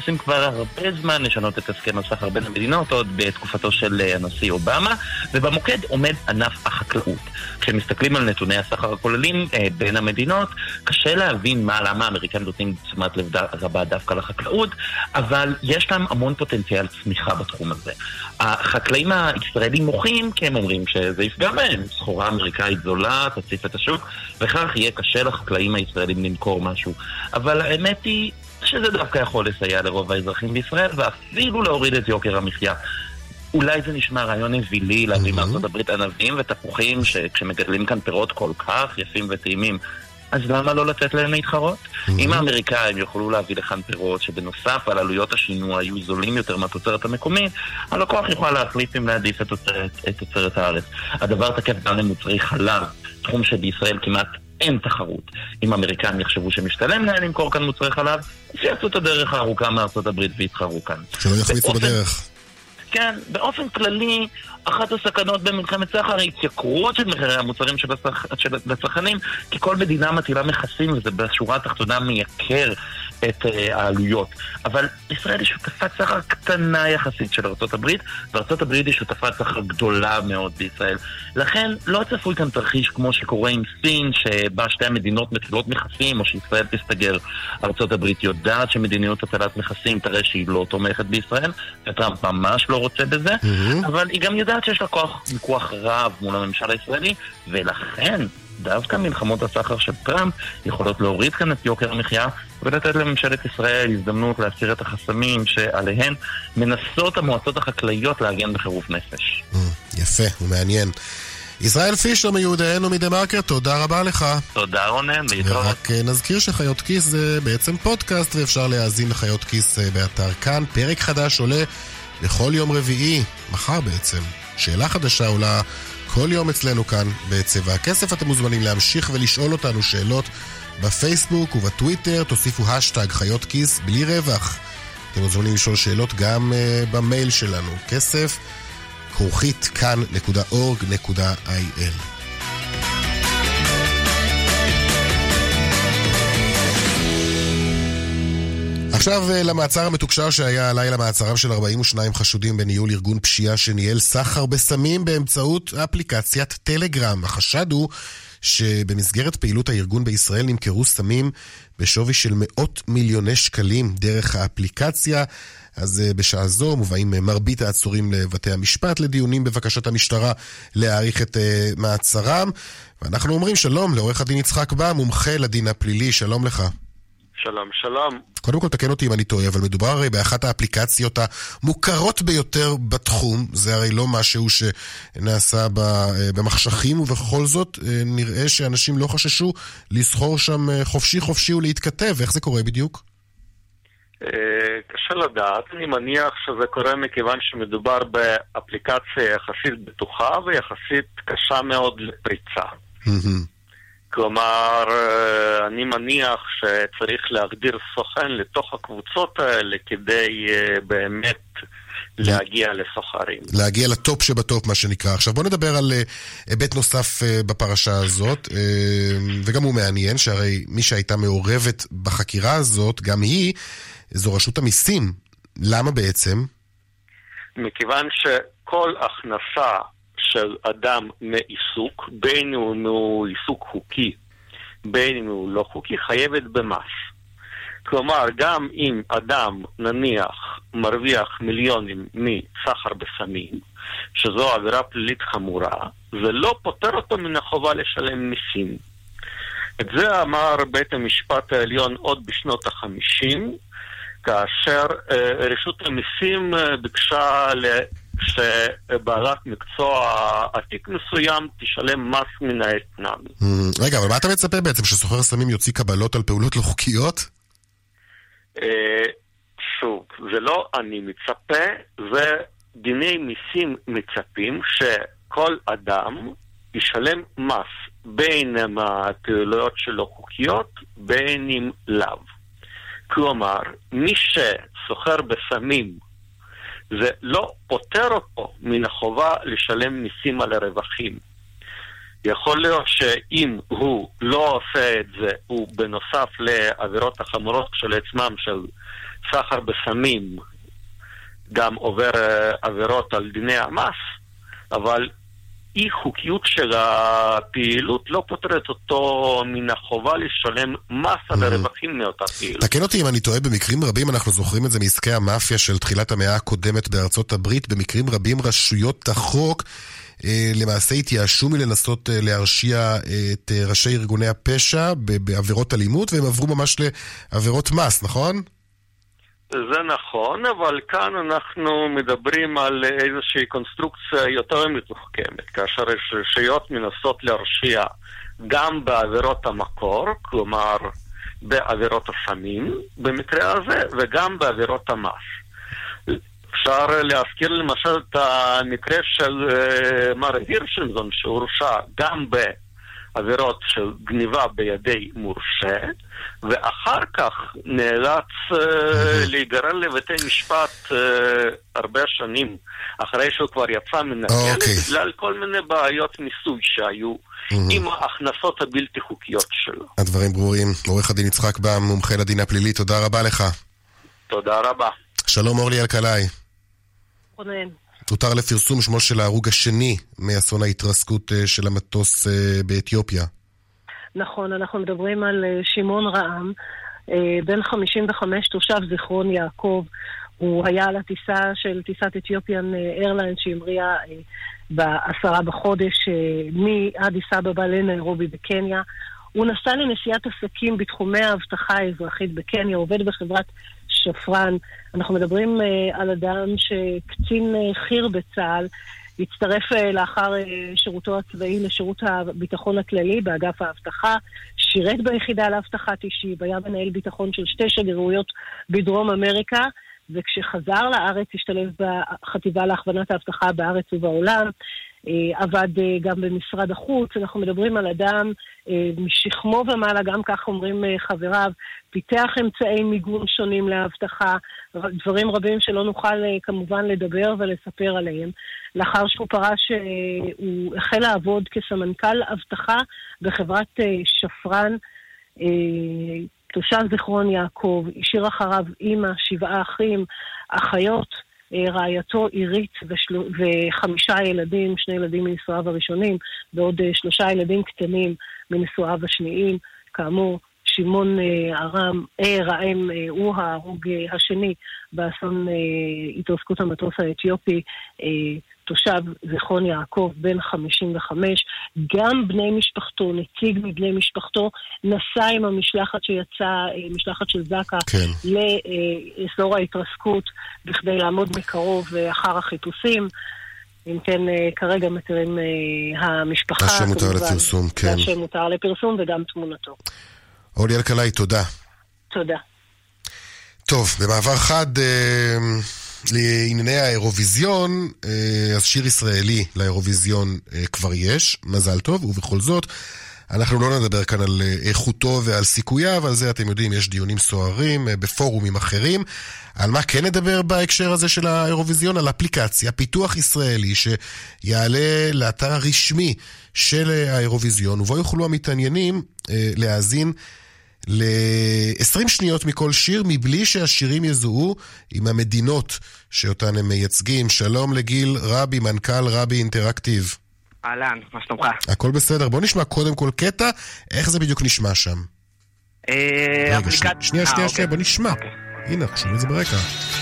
מנסים כבר הרבה זמן לשנות את הסכם הסחר בין המדינות, עוד בתקופתו של הנשיא אובמה, ובמוקד עומד ענף החקלאות. כשמסתכלים על נתוני הסחר הכוללים בין המדינות, קשה להבין למה האמריקאים נותנים תשומת לב רבה דווקא לחקלאות, אבל יש להם המון פוטנציאל צמיחה בתחום הזה. החקלאים הישראלים מוחים, כי הם אומרים שזה יפגע בהם. סחורה אמריקאית זולה, תציף את השוק, וכך יהיה קשה לחקלאים הישראלים למכור משהו. אבל האמת היא שזה דווקא יכול לסייע לרוב האזרחים בישראל, ואפילו להוריד את יוקר המחיה. אולי זה נשמע רעיון אווילי להביא מארצות הברית ענבים ותפוחים, שכשמגדלים כאן פירות כל כך יפים וטעימים, אז למה לא לתת להם להתחרות? אם האמריקאים יוכלו להביא לכאן פירות שבנוסף על עלויות השינוע היו זולים יותר מהתוצרת המקומית, הלקוח יוכל להחליט אם להעדיף את תוצרת הארץ. הדבר תקף גם למוצרי חלב, תחום שבישראל כמעט אין תחרות. אם האמריקאים יחשבו שמשתלם להם למכור כאן מוצרי חלב, שיעשו את הדרך הארוכה מארצות הברית ויתחרו כאן. שלא יחמיצו בדרך. כן, באופן כללי, אחת הסכנות במלחמת סחר היא התייקרות של מחירי המוצרים של הצרכנים, כי כל מדינה מטילה מכסים, וזה בשורה התחתונה מייקר את העלויות. אבל ישראל היא שותפת סחר קטנה יחסית של ארצות הברית, וארצות הברית היא שותפת סחר גדולה מאוד בישראל. לכן לא צפוי כאן תרחיש כמו שקורה עם סין, שבה שתי המדינות מטילות מכסים, או שישראל תסתגר. ארצות הברית יודעת שמדיניות הטלת מכסים תראה שהיא לא תומכת בישראל, וטראמפ ממש לא רוצה בזה, אבל היא גם יודעת שיש לה כוח רב מול הממשל הישראלי, ולכן דווקא מלחמות הסחר של טראמפ יכולות להוריד כאן את יוקר המחיה ולתת לממשלת ישראל הזדמנות להסיר את החסמים שעליהן מנסות המועצות החקלאיות להגן בחירוף נפש. יפה ומעניין. ישראל פישר מיהודינו מדמרקר, תודה רבה לך. תודה רונן, להתראות. ורק נזכיר שחיות כיס זה בעצם פודקאסט, ואפשר להאזין לחיות כיס באתר כאן. פרק חדש עולה לכל יום רביעי, מחר בעצם. שאלה חדשה עולה כל יום אצלנו כאן בצבע הכסף. אתם מוזמנים להמשיך ולשאול אותנו שאלות בפייסבוק ובטוויטר, תוסיפו השטג חיות כיס בלי רווח. אתם מוזמנים לשאול שאלות גם במייל שלנו, כסף @kan.org.il. עכשיו למעצר המתוקשר שהיה הלילה, מעצרם של 42 חשודים בניהול ארגון פשיעה שניהל סחר בסמים באמצעות אפליקציית טלגרם. החשד הוא שבמסגרת פעילות הארגון בישראל נמכרו סמים בשווי של מאות מיליוני שקלים דרך האפליקציה. אז בשעה זו מובאים מרבית העצורים לבתי המשפט לדיונים בבקשת המשטרה להאריך את מעצרם. ואנחנו אומרים שלום לעורך הדין יצחק בא, מומחה לדין הפלילי. שלום לך. שלום, שלום. קודם כל תקן אותי אם אני טועה, אבל מדובר הרי באחת האפליקציות המוכרות ביותר בתחום. זה הרי לא משהו שנעשה במחשכים, ובכל זאת נראה שאנשים לא חששו לסחור שם חופשי ולהתכתב. איך זה קורה בדיוק? קשה לדעת. אני מניח שזה קורה מכיוון שמדובר באפליקציה יחסית בטוחה ויחסית קשה מאוד לפריצה. כלומר, אני מניח שצריך להגדיר סוכן לתוך הקבוצות האלה כדי באמת להגיע לסוחרים. להגיע לטופ שבטופ, מה שנקרא. עכשיו בוא נדבר על היבט נוסף בפרשה הזאת, וגם הוא מעניין, שהרי מי שהייתה מעורבת בחקירה הזאת, גם היא, זו רשות המיסים. למה בעצם? מכיוון שכל הכנסה של אדם מעיסוק, בין הוא עיסוק חוקי, בין הוא לא חוקי, חייבת במס. כלומר, גם אם אדם נניח מרוויח מיליונים מסחר בסמים, שזו עבירה פלילית חמורה, זה לא פותר אותו מן החובה לשלם מיסים. את זה אמר בית המשפט העליון עוד בשנות ה-50, כאשר רשות המיסים ביקשה שבעלת מקצוע עתיק מסוים תשלם מס מן האתנן. רגע, אבל מה אתה מצפה בעצם? שסוחר סמים יוציא קבלות על פעולות לא חוקיות? שוב, זה לא אני מצפה, זה דיני מיסים מצפים שכל אדם ישלם מס בין הפעולות שלו חוקיות, בין אם לאו. כלומר, מי שסוחר בסמים זה לא פותר אותו מן החובה לשלם מיסים על הרווחים. יכול להיות שאם הוא לא עושה את זה, הוא בנוסף לעבירות החמורות של עצמם של סחר בסמים גם עובר עבירות על דיני המס, אבל אי חוקיות של הפעילות לא פותרת אותו מן החובה לשלם מס על הרווחים מאותה פעילות. תקן אותי אם אני טועה, במקרים רבים אנחנו זוכרים את זה מעסקי המאפיה של תחילת המאה הקודמת בארצות הברית, במקרים רבים רשויות החוק למעשה התייאשו מלנסות להרשיע את ראשי ארגוני הפשע בעבירות אלימות, והם עברו ממש לעבירות מס, נכון? זה נכון, אבל כאן אנחנו מדברים על איזושהי קונסטרוקציה יותר מתוחכמת, כאשר רשויות מנסות להרשיע גם בעבירות המקור, כלומר בעבירות הסמים במקרה הזה, וגם בעבירות המס. אפשר להזכיר למשל את המקרה של מר הירשנזון שהורשע גם בעבירות של גניבה בידי מורשה, ואחר כך נאלץ להיגרר לבתי משפט הרבה שנים אחרי שהוא כבר יצא מן הכלא, בגלל כל מיני בעיות מיסוי שהיו עם ההכנסות הבלתי חוקיות שלו. הדברים ברורים. עורך הדין יצחק בם, מומחה לדין הפלילי, תודה רבה לך. תודה רבה. שלום אורלי אלקלעי. רונן. תותר לפרסום שמו של ההרוג השני מאסון ההתרסקות של המטוס באתיופיה. נכון, אנחנו מדברים על שמעון רעם, בן 55, תושב זיכרון יעקב. הוא היה על הטיסה של טיסת אתיופיאן איירליינס שהמריאה ב10 בחודש מאדיס אבבה לניירובי בקניה. הוא נסע לנסיעת עסקים בתחומי האבטחה האזרחית בקניה, עובד בחברת שפרן. אנחנו מדברים על אדם שקצין חי"ר בצה"ל, הצטרף לאחר שירותו הצבאי לשירות הביטחון הכללי באגף האבטחה, שירת ביחידה לאבטחת אישי, היה מנהל ביטחון של 2 שגרירויות בדרום אמריקה, וכשחזר לארץ השתלב בחטיבה להכוונת האבטחה בארץ ובעולם, עבד גם במשרד החוץ. אנחנו מדברים על אדם משכמו ומעלה, גם כך אומרים חבריו, פיתח אמצעי מיגון שונים להבטחה, דברים רבים שלא נוכל כמובן לדבר ולספר עליהם. לאחר שהוא פרש, הוא החל לעבוד כסמנכ"ל אבטחה בחברת שפרן, תושב זיכרון יעקב, השאיר אחריו אמא, 7 אחים, אחיות, רעייתו עירית ו5 ילדים, 2 ילדים מנישואיו הראשונים, ועוד 3 ילדים קטנים מנישואיו השניים. כאמור, שמעון רעם הוא ההרוג השני באסון התרסקות המטוס האתיופי, תושב זיכרון יעקב, בן 55. גם בני משפחתו, נציג מבני משפחתו, נסע עם המשלחת שיצאה, משלחת של זק"א, כן, לאזור ההתרסקות, בכדי לעמוד מקרוב אחר החיפושים. אם כן, כרגע מתארים המשפחה. השם מותר לפרסום, כן. השם מותר לפרסום וגם תמונתו. אורלי אלקלעי, תודה. תודה. טוב, במעבר חד לענייני האירוויזיון, אז שיר ישראלי לאירוויזיון כבר יש, מזל טוב, ובכל זאת, אנחנו לא נדבר כאן על איכותו ועל סיכוייו, על זה אתם יודעים, יש דיונים סוערים בפורומים אחרים. על מה כן נדבר בהקשר הזה של האירוויזיון? על אפליקציה, פיתוח ישראלי שיעלה לאתר הרשמי של האירוויזיון, ובו יוכלו המתעניינים להאזין ל-20 שניות מכל שיר, מבלי שהשירים יזוהו עם המדינות שאותן הם מייצגים. שלום לגיל רבי, מנכ"ל רבי אינטראקטיב. אהלן, מה שלומך? הכל בסדר, בוא נשמע קודם כל קטע, איך זה בדיוק נשמע שם? רגע, שנייה, בוא נשמע. הנה, אנחנו שומעים את זה ברקע.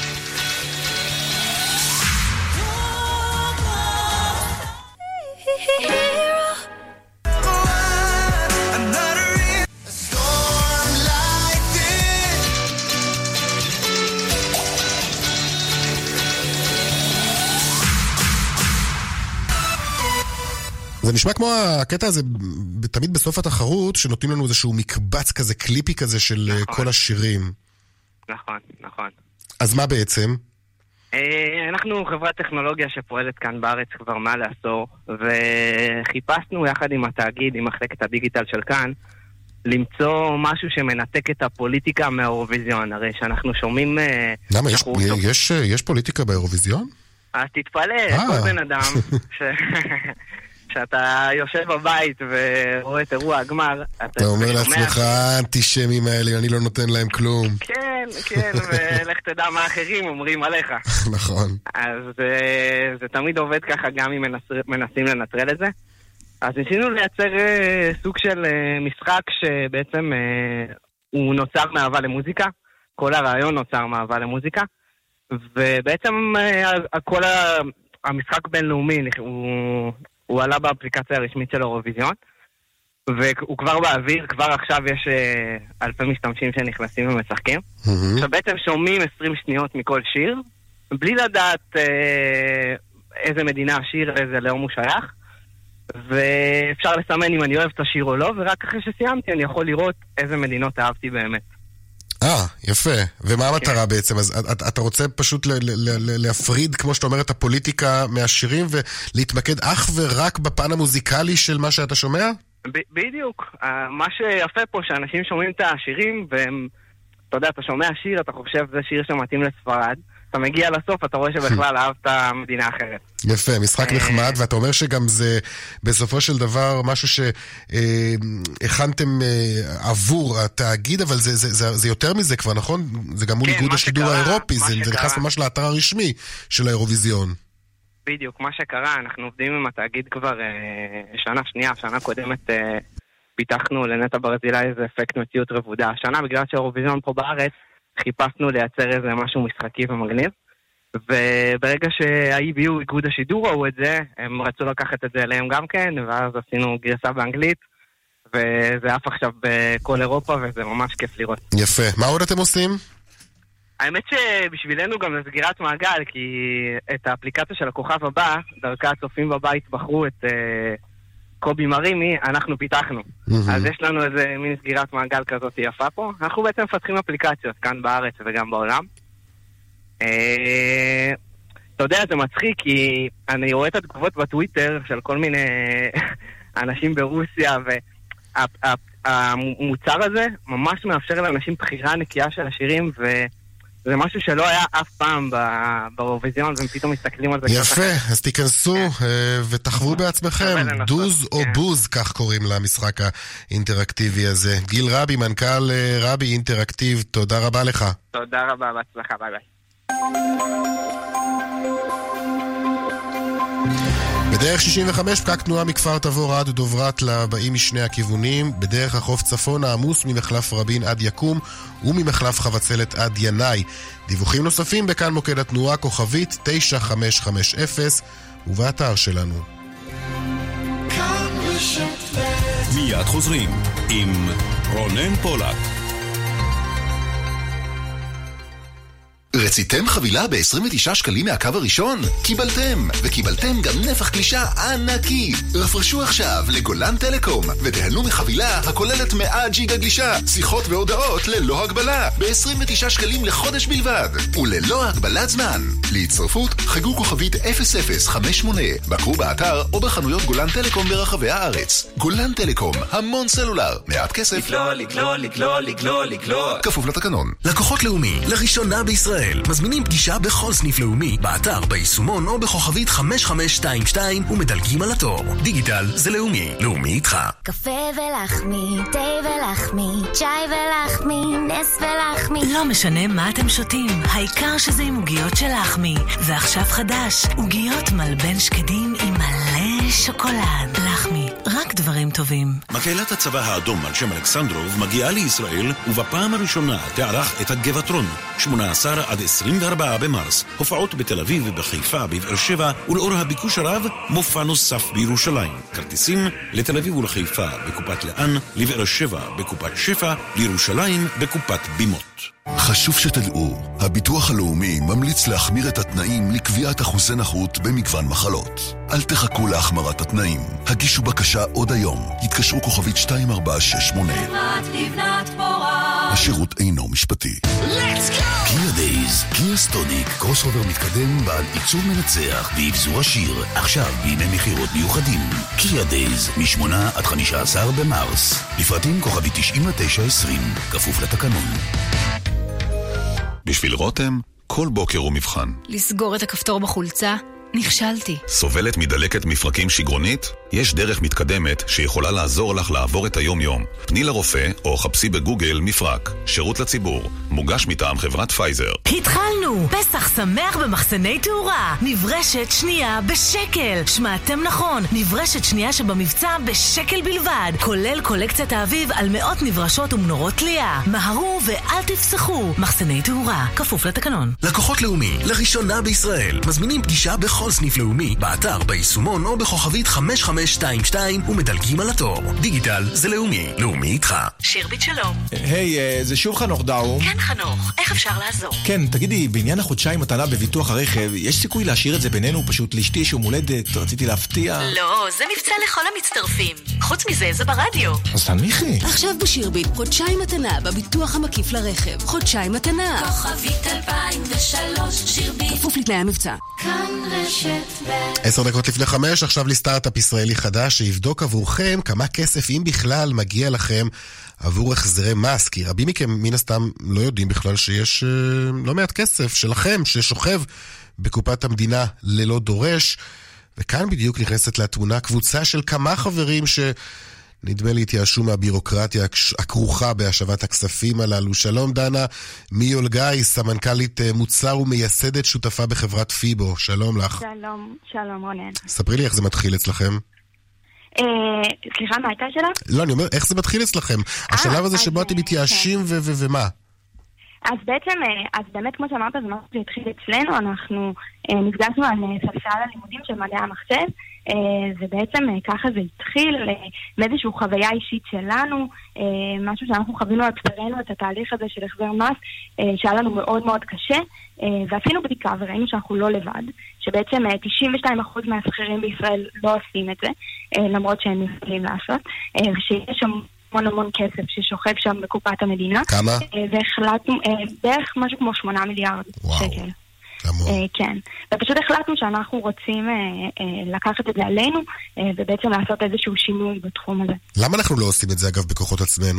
זה נשמע כמו הקטע הזה, תמיד בסוף התחרות, שנותנים לנו איזשהו מקבץ כזה, קליפי כזה של כל השירים. נכון, נכון. אז מה בעצם? אנחנו חברת טכנולוגיה שפועלת כאן בארץ כבר מעל לעשור, וחיפשנו יחד עם התאגיד, עם מחלקת הדיגיטל של כאן, למצוא משהו שמנתק את הפוליטיקה מהאירוויזיון. הרי שאנחנו שומעים... למה? יש פוליטיקה באירוויזיון? אז תתפלא, כל בן אדם כשאתה יושב בבית ורואה את אירוע הגמר, אתה אומר לעצמך, האנטישמים האלה, אני לא נותן להם כלום. כן, כן, ולך תדע מה אחרים אומרים עליך. נכון. אז זה תמיד עובד ככה גם אם מנסים לנטרל את זה. אז ניסינו לייצר סוג של משחק שבעצם הוא נוצר מאהבה למוזיקה. כל הרעיון נוצר מאהבה למוזיקה. ובעצם כל המשחק בינלאומי הוא עלה באפליקציה הרשמית של אירוויזיון, והוא כבר באוויר, כבר עכשיו יש אלפי משתמשים שנכנסים ומשחקים. עכשיו בעצם שומעים 20 שניות מכל שיר, בלי לדעת איזה מדינה השיר, איזה לאום הוא שייך, ואפשר לסמן אם אני אוהב את השיר או לא, ורק אחרי שסיימתי אני יכול לראות איזה מדינות אהבתי באמת. יפה. ומה המטרה בעצם? אז אתה רוצה פשוט להפריד, כמו שאתה אומר, את הפוליטיקה מהשירים, ולהתמקד אך ורק בפן המוזיקלי של מה שאתה שומע? בדיוק. מה שיפה פה, שאנשים שומעים את השירים, ואתה יודע, אתה שומע שיר, אתה חושב זה שיר שמתאים לספרד, אתה מגיע לסוף, אתה רואה שבכלל אהבת מדינה אחרת. יפה, משחק נחמד, ואתה אומר שגם זה בסופו של דבר משהו שהכנתם עבור התאגיד, אבל זה יותר מזה כבר, נכון? זה גם מול איגוד השידור האירופי, זה נכנס ממש לאתר הרשמי של האירוויזיון. בדיוק, מה שקרה, אנחנו עובדים עם התאגיד כבר שנה שנייה, שנה קודמת פיתחנו לנטע ברזילי איזה אפקט מציאות רבודה. השנה, בגלל שהאירוויזיון פה בארץ, חיפשנו לייצר איזה משהו משחקי ומגניב, וברגע שהביאו איגוד השידור ראו את זה, הם רצו לקחת את זה אליהם גם כן, ואז עשינו גרסה באנגלית, וזה אף עכשיו בכל אירופה, וזה ממש כיף לראות. יפה. מה עוד אתם עושים? האמת שבשבילנו גם זה סגירת מעגל, כי את האפליקציה של הכוכב הבא, דרכה הצופים בבית בחרו את קובי מרימי, אנחנו פיתחנו. אז יש לנו איזה מין סגירת מעגל כזאת יפה פה. אנחנו בעצם מפתחים אפליקציות כאן בארץ וגם בעולם. אתה יודע, זה מצחיק, כי אני רואה את התגובות בטוויטר של כל מיני אנשים ברוסיה, והמוצר הזה ממש מאפשר לאנשים בחירה נקייה של השירים, זה משהו שלא היה אף פעם באירוויזיון, והם פתאום מסתכלים על זה. יפה, אז תיכנסו ותחוו בעצמכם. דוז או בוז, כך קוראים למשחק האינטראקטיבי הזה. גיל רבי, מנכ"ל רבי אינטראקטיב, תודה רבה לך. תודה רבה, בהצלחה, ביי ביי. בדרך 65 פקק תנועה מכפר תבור עד דוברת לבאים משני הכיוונים, בדרך החוף צפון העמוס ממחלף רבין עד יקום וממחלף חבצלת עד ינאי. דיווחים נוספים בכאן מוקד התנועה כוכבית 9550 ובאתר שלנו. מיד חוזרים עם רונן פולק. רציתם חבילה ב-29 שקלים מהקו הראשון? קיבלתם, וקיבלתם גם נפח גלישה ענקי. רפרשו עכשיו לגולן טלקום, ותהנו מחבילה הכוללת 100 ג'יגה גלישה, שיחות והודעות ללא הגבלה, ב-29 שקלים לחודש בלבד, וללא הגבלת זמן. להצטרפות, חגו כוכבית 0058, בקרו באתר או בחנויות גולן טלקום ברחבי הארץ. גולן טלקום, המון סלולר, מעט כסף. לגלול. כפוף לתקנון. לקוחות לאומי, לראשונה בישראל. מזמינים פגישה בכל סניף לאומי, באתר, ביישומון או בכוכבית 5522 ומדלגים על התור. דיגיטל זה לאומי, לאומי איתך. קפה ולחמי, תה ולחמי, צ'י ולחמי, נס ולחמי. לא משנה מה אתם שותים, העיקר שזה עם עוגיות של לחמי. ועכשיו חדש, עוגיות מלבן שקדים עם מלא שוקולד. לחמי, רק דברים טובים. מקהלת הצבא האדום על שם אלכסנדרוב מגיעה לישראל, ובפעם הראשונה תערך את הגבעתרון, 18 עד 24 במרס, הופעות בתל אביב ובחיפה, בבאר שבע, ולאור הביקוש הרב, מופע נוסף בירושלים. כרטיסים לתל אביב ולחיפה בקופת לאן, לבאר שבע בקופת שפע, לירושלים בקופת בימות. חשוב שתדעו, הביטוח הלאומי ממליץ להחמיר את התנאים לקביעת אחוזי נכות במגוון מחלות. אל תחכו להחמרת התנאים. הגישו בקשה עוד היום. התקשרו כוכבית 2468. השירות אינו משפטי. קיה דייז, קיה סטוניק, קרוס אובר מתקדם בעל עיצוב מנצח ואבזור עשיר, עכשיו בימי מחירות מיוחדים. קיה דייז, מ-8 עד 15 במרס. לפרטים כוכבית 9920, כפוף לתקנון. בשביל רותם, כל בוקר הוא מבחן. לסגור את הכפתור בחולצה? נכשלתי. סובלת מדלקת מפרקים שגרונית? יש דרך מתקדמת שיכולה לעזור לך לעבור את היום-יום. פני לרופא או חפשי בגוגל מפרק. שירות לציבור. מוגש מטעם חברת פייזר. התחלנו! פסח שמח במחסני תאורה. נברשת שנייה בשקל. שמעתם נכון, נברשת שנייה שבמבצע בשקל בלבד. כולל קולקציית האביב על מאות נברשות ומנורות תלייה. מהרו ואל תפסחו. מחסני תאורה. כפוף לתקנון. לקוחות לאומי, לראשונה בישראל. מזמינים פגישה בכל סניף לאומי, באתר, ביישומון או בכוכבית 5522 ומדלגים על התור. דיגיטל זה לאומי. לאומי איתך. שירבית שלום. היי, זה שוב חנוך דאום. כן חנוך, איך אפשר לעזור? כן, תגידי, בעניין החודשיים מתנה בביטוח הרכב, יש סיכוי להשאיר את זה בינינו? פשוט לאשתי יש יום הולדת, רציתי להפתיע. לא, זה מבצע לכל המצטרפים. חוץ מזה, זה ברדיו. אז תנמיכי. עכשיו בשירבית, חודשיים מתנה בביטוח המקיף לרכב. חודשיים מתנה. כוכבית 2003, שירבית. כפוף לתנאי המבצע. כאן רשת ב' 10 דקות לפני 5, עכשיו לסטארט-אפ ישראלי חדש שיבדוק עבורכם כמה כסף, אם בכלל, מגיע לכם עבור החזרי מס, כי רבים מכם מן הסתם לא יודעים בכלל שיש לא מעט כסף שלכם ששוכב בקופת המדינה ללא דורש. וכאן בדיוק נכנסת לתמונה קבוצה של כמה חברים שנדמה לי התייאשו מהבירוקרטיה הכרוכה בהשבת הכספים הללו. שלום דנה מיולגאי, סמנכ"לית מוצר ומייסדת שותפה בחברת פיבו. שלום לך. שלום רונן. ספרי לי איך זה מתחיל אצלכם. סליחה, מה הייתה שאלה? לא, אני אומר, איך זה מתחיל אצלכם? השלב הזה שבו אתם מתייאשים ומה? אז בעצם, אז באמת כמו שאמרת, זה משהו שהתחיל אצלנו, אנחנו נפגשנו על ספסל הלימודים של מדעי המחשב, ובעצם ככה זה התחיל מאיזושהי חוויה אישית שלנו, משהו שאנחנו חווינו על בשרנו את התהליך הזה של החזר מס, שהיה לנו מאוד מאוד קשה, ועשינו בדיקה וראינו שאנחנו לא לבד, שבעצם 92% מהשכירים בישראל לא עושים את זה, למרות שהם יכולים לעשות, ושיש שם המון כסף ששוכב שם בקופת המדינה. כמה? והחלטנו, בערך משהו כמו 8 מיליארד שקל. כן. ופשוט החלטנו שאנחנו רוצים לקחת את זה עלינו, ובעצם לעשות איזשהו שינוי בתחום הזה. למה אנחנו לא עושים את זה אגב בכוחות עצמנו?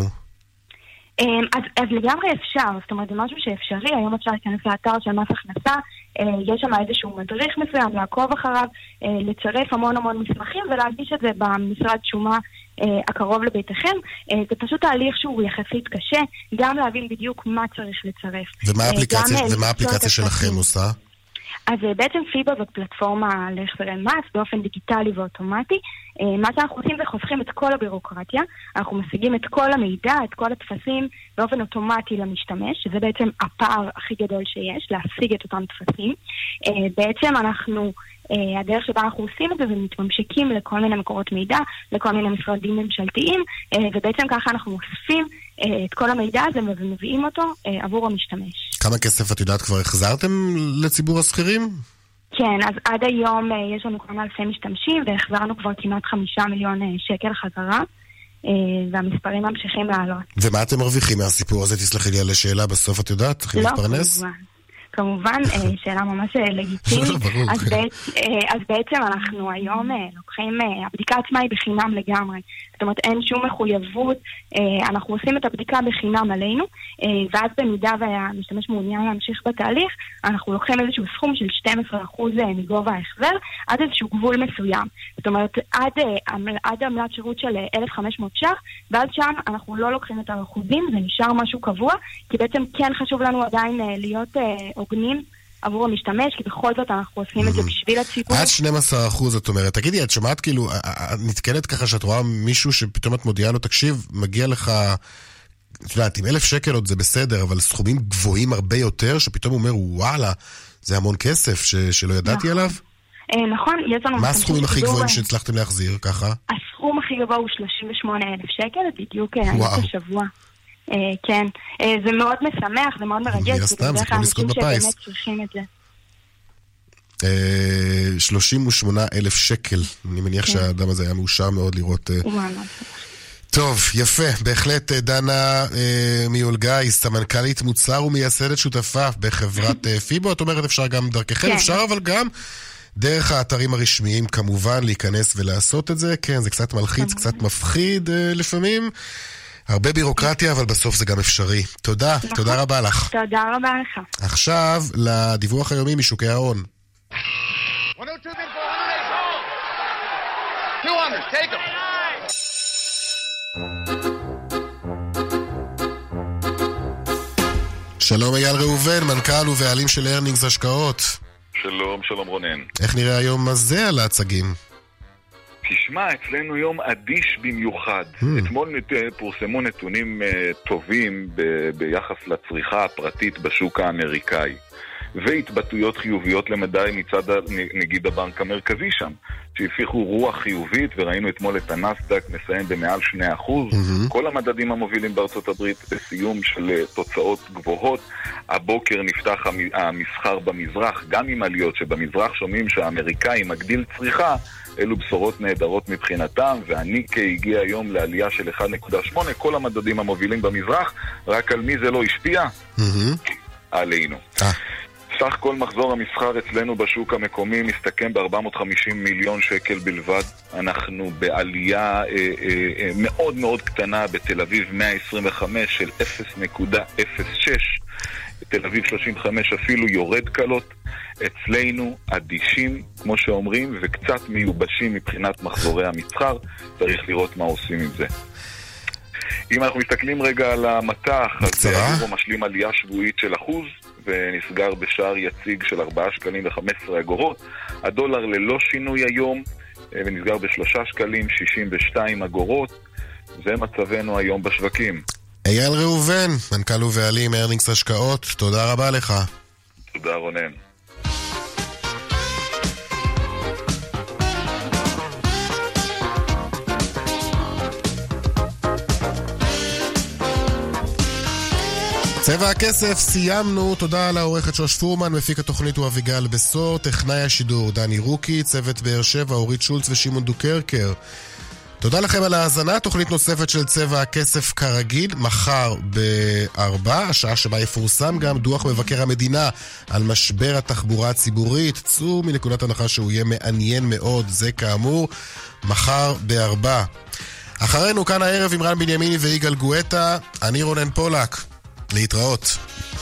אז לגמרי אפשר, זאת אומרת זה משהו שאפשרי, היום אפשר להיכנס לאתר של מס הכנסה, יש שם איזשהו מדריך מסוים, לעקוב אחריו, לצרף המון מסמכים ולהגיש את זה במשרד שומה הקרוב לביתכם. זה פשוט תהליך שהוא יחסית קשה, גם להבין בדיוק מה צריך לצרף. ומה האפליקציה שלכם עושה? אז בעצם פיבו זאת פלטפורמה להחזרי מס באופן דיגיטלי ואוטומטי. מה שאנחנו עושים זה חוסכים את כל הבירוקרטיה, אנחנו משיגים את כל המידע, את כל התפסים באופן אוטומטי למשתמש, שזה בעצם הפער הכי גדול שיש, להשיג את אותם תפסים. בעצם אנחנו, הדרך שבה אנחנו עושים את זה, זה מתממשקים לכל מיני מקורות מידע, לכל מיני משרדים ממשלתיים, ובעצם ככה אנחנו מוספים את כל המידע הזה ומביאים אותו עבור המשתמש. כמה כסף את יודעת כבר החזרתם לציבור השכירים? כן, אז עד היום יש לנו כמה אלפי משתמשים והחזרנו כבר כמעט 5 מיליון שקל חזרה, והמספרים ממשיכים לעלות. ומה אתם מרוויחים מהסיפור הזה? תסלחי לי על השאלה בסוף, את יודעת? צריכים להתפרנס? כמובן, שאלה ממש לגיטימית. אז בעצם אנחנו היום לוקחים, הבדיקה עצמה היא בחינם לגמרי. זאת אומרת, אין שום מחויבות, אנחנו עושים את הבדיקה בחינם עלינו, ואז במידה והמשתמש מעוניין להמשיך בתהליך, אנחנו לוקחים איזשהו סכום של 12% מגובה ההחזר, עד איזשהו גבול מסוים. זאת אומרת, עד עמלת שירות של 1,500 ש"ח, ואז שם אנחנו לא לוקחים את האחוזים, זה נשאר משהו קבוע, כי בעצם כן חשוב לנו עדיין להיות הוגנים עבור המשתמש, כי בכל זאת אנחנו עושים את זה בשביל הציבור. עד 12%, את אומרת. תגידי, את שומעת כאילו, נתקלת ככה שאת רואה מישהו שפתאום את מודיעה לו, תקשיב, מגיע לך, את יודעת, עם 1,000 שקל עוד זה בסדר, אבל סכומים גבוהים הרבה יותר, שפתאום הוא אומר, וואלה, זה המון כסף שלא ידעתי עליו? נכון, יש לנו... מה הסכומים הכי גבוהים שהצלחתם להחזיר ככה? הסכום הכי גבוה הוא 38,000 שקל, בדיוק הייתי שבוע. כן, זה מאוד משמח, זה מאוד מרגש, זה בדרך כלל אנשים שבאמת צריכים את זה. 38,000 שקל, אני מניח שהאדם הזה היה מאושר מאוד לראות. טוב, יפה, בהחלט דנה מיולגאי, סמנכ"לית מוצר ומייסדת שותפה בחברת פיבו, את אומרת אפשר גם דרככם, אפשר אבל גם דרך האתרים הרשמיים כמובן להיכנס ולעשות את זה, כן, זה קצת מלחיץ, קצת מפחיד לפעמים, הרבה בירוקרטיה, אבל בסוף זה גם אפשרי. תודה, תודה רבה לך. תודה רבה לך. עכשיו לדיווח היומי משוקי ההון. 200, take them. שלום אייל ראובן, מנכ"ל ובעלים של ארנינגס השקעות. שלום, שלום רונן. איך נראה היום הזה על ההצגים? תשמע, אצלנו יום אדיש במיוחד. אתמול פורסמו נתונים טובים ביחס לצריכה הפרטית בשוק האמריקאי. והתבטאויות חיוביות למדי מצד נגיד הבנק המרכזי שם, שהפיחו רוח חיובית, וראינו אתמול את הנסדק מסיים במעל 2%. כל המדדים המובילים בארצות הברית בסיום של תוצאות גבוהות. הבוקר נפתח המסחר במזרח, גם עם עליות שבמזרח שומעים שהאמריקאי מגדיל צריכה, אלו בשורות נהדרות מבחינתם, והניקה הגיע היום לעלייה של 1.8, כל המדדים המובילים במזרח, רק על מי זה לא השפיע? עלינו. סך כל מחזור המסחר אצלנו בשוק המקומי מסתכם ב-450 מיליון שקל בלבד. אנחנו בעלייה מאוד מאוד קטנה, בתל אביב 125 של 0.06, בתל אביב 35 אפילו יורד קלות. אצלנו אדישים, כמו שאומרים, וקצת מיובשים מבחינת מחזורי המסחר. צריך לראות מה עושים עם זה. אם אנחנו מסתכלים רגע על המתח, אז היורו משלים עלייה שבועית של 1%, ונסגר בשער יציג של 4 שקלים ו-15 אגורות. הדולר ללא שינוי היום, ונסגר ב3 שקלים 62 אגורות. זה מצבנו היום בשווקים. אייל ראובן, מנכ"ל ובעלים ארנינגס השקעות, תודה רבה לך. תודה רונן. צבע הכסף, סיימנו. תודה לעורכת שוש פורמן, מפיק התוכנית הוא אביגל בסור, טכנאי השידור דני רוקי, צוות באר שבע אורית שולץ ושימון דוקרקר. תודה לכם על ההאזנה. תוכנית נוספת של צבע הכסף כרגיל מחר ב-4, השעה שבה יפורסם גם דוח מבקר המדינה על משבר התחבורה הציבורית. צאו מנקודת הנחה שהוא יהיה מעניין מאוד, זה כאמור מחר ב-4. אחרינו כאן הערב עם רן בנימיני ויגאל גואטה, אני רונן פולק. להתראות.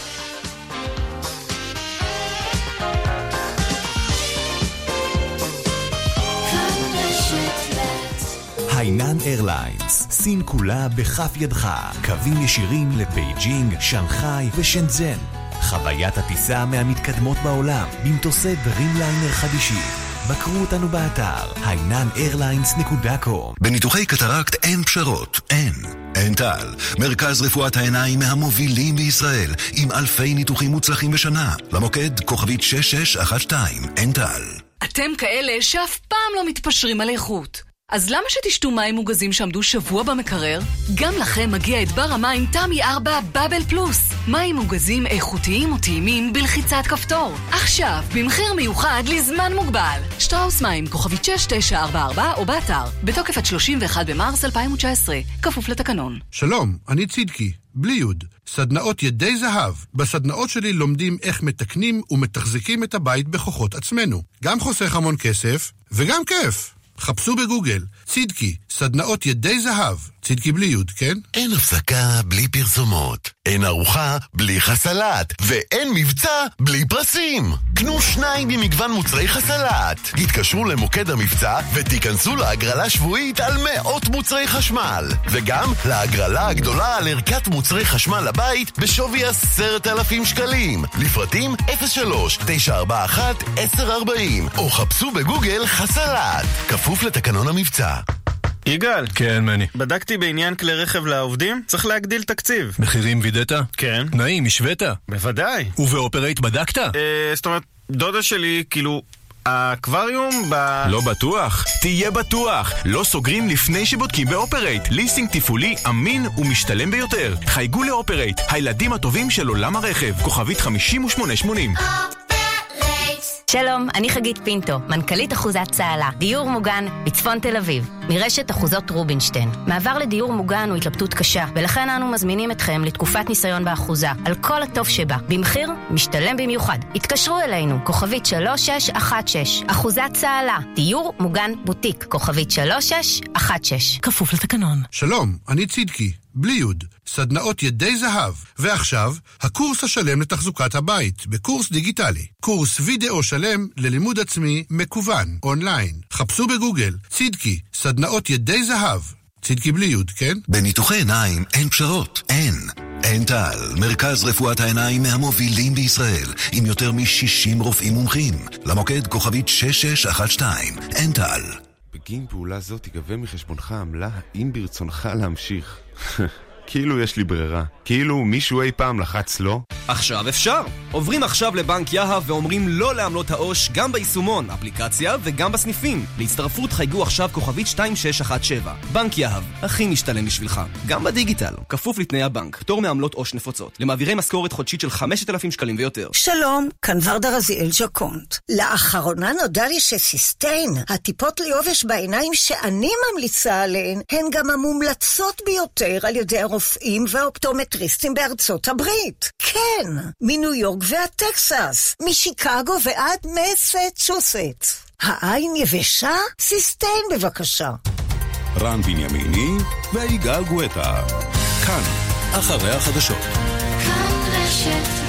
היינן איירליינס, סין כולה בכף ידך, קווים ישירים לבייג'ינג, שנגחאי ושנזן. חוויית הטיסה מהמתקדמות בעולם במטוסי דרימליינר חדישים. בקרו אותנו באתר heinanairlines.com. בניתוחי קטרקט אין פשרות, אין טל, מרכז רפואת העיניים מהמובילים בישראל, עם אלפי ניתוחים מוצלחים בשנה. למוקד כוכבית 6612, אין טל. אתם כאלה שאף פעם לא מתפשרים על איכות. אז למה שתשתו מים מוגזים שעמדו שבוע במקרר? גם לכם מגיע את בר המים תמי 4 בבל פלוס. מים מוגזים איכותיים וטעימים בלחיצת כפתור. עכשיו, במחיר מיוחד לזמן מוגבל. שטראוס מים, כוכבית 6944 או באתר. בתוקף עד 31 במרס 2019. כפוף לתקנון. שלום, אני צידקי. בלי יוד. סדנאות ידי זהב. בסדנאות שלי לומדים איך מתקנים ומתחזקים את הבית בכוחות עצמנו. גם חוסך המון כסף וגם כיף. חפשו בגוגל, צידקי, סדנאות ידי זהב. צידקי בלי יוד, כן? אין הפסקה בלי פרסומות, אין ארוחה בלי חסלת, ואין מבצע בלי פרסים. קנו 2 במגוון מוצרי חסלת. התקשרו למוקד המבצע ותיכנסו להגרלה שבועית על מאות מוצרי חשמל. וגם להגרלה הגדולה על ערכת מוצרי חשמל לבית בשווי 10,000 שקלים. לפרטים 03-941-1040 או חפשו בגוגל חסלת. כפוף לתקנון המבצע. יגאל. כן, מני. בדקתי בעניין כלי רכב לעובדים, צריך להגדיל תקציב. מחירים וידאת? כן. תנאים, השווית? בוודאי. ובאופרייט בדקת? זאת אומרת, דודה שלי, כאילו, האקווריום לא בטוח? תהיה בטוח. לא סוגרים לפני שבודקים באופרייט. ליסינג תפעולי אמין ומשתלם ביותר. חייגו לאופרייט, הילדים הטובים של עולם הרכב. כוכבית 5880. שלום, אני חגית פינטו, מנכ"לית אחוזת צהלה, דיור מוגן בצפון תל אביב, מרשת אחוזות רובינשטיין. מעבר לדיור מוגן הוא התלבטות קשה, ולכן אנו מזמינים אתכם לתקופת ניסיון באחוזה, על כל הטוב שבה, במחיר משתלם במיוחד. התקשרו אלינו, כוכבית 3616, אחוזת צהלה, דיור מוגן בוטיק, כוכבית 3616. כפוף לתקנון. שלום, אני צידקי. בלי יוד, סדנאות ידי זהב. ועכשיו, הקורס השלם לתחזוקת הבית, בקורס דיגיטלי. קורס וידאו שלם ללימוד עצמי מקוון, אונליין. חפשו בגוגל, צדקי, סדנאות ידי זהב. צדקי בלי יוד, כן? בניתוחי עיניים אין פשרות, אין. אנטל, מרכז רפואת העיניים מהמובילים בישראל, עם יותר מ-60 רופאים מומחים. למוקד כוכבית 6612, אנטל. בגין פעולה זו תיגבה מחשבונך עמלה, האם ברצונך להמשיך. כאילו יש לי ברירה. כאילו מישהו אי פעם לחץ לא. עכשיו אפשר. עוברים עכשיו לבנק יהב ואומרים לא לעמלות העו"ש גם ביישומון, אפליקציה וגם בסניפים. להצטרפות חייגו עכשיו כוכבית 2617. בנק יהב, הכי משתלם בשבילך. גם בדיגיטל, כפוף לתנאי הבנק. פטור מעמלות עו"ש נפוצות. למעבירי משכורת חודשית של 5,000 שקלים ויותר. שלום, כאן ורדה רזיאל ג'קונט. לאחרונה נודע לי שסיסטיין, הטיפות ליובש בעיניים שאני ממליצה עליהן, הן גם המומלצות ביותר על ידי הרופאים והאופטומטריסטים בארצות הברית. כן, מניו יורק ועד טקסס, משיקגו ועד מסצ'וסטס. העין יבשה? סיסטיין בבקשה. רן בנימיני ויגאל גואטה. כאן, אחרי החדשות. כאן רשת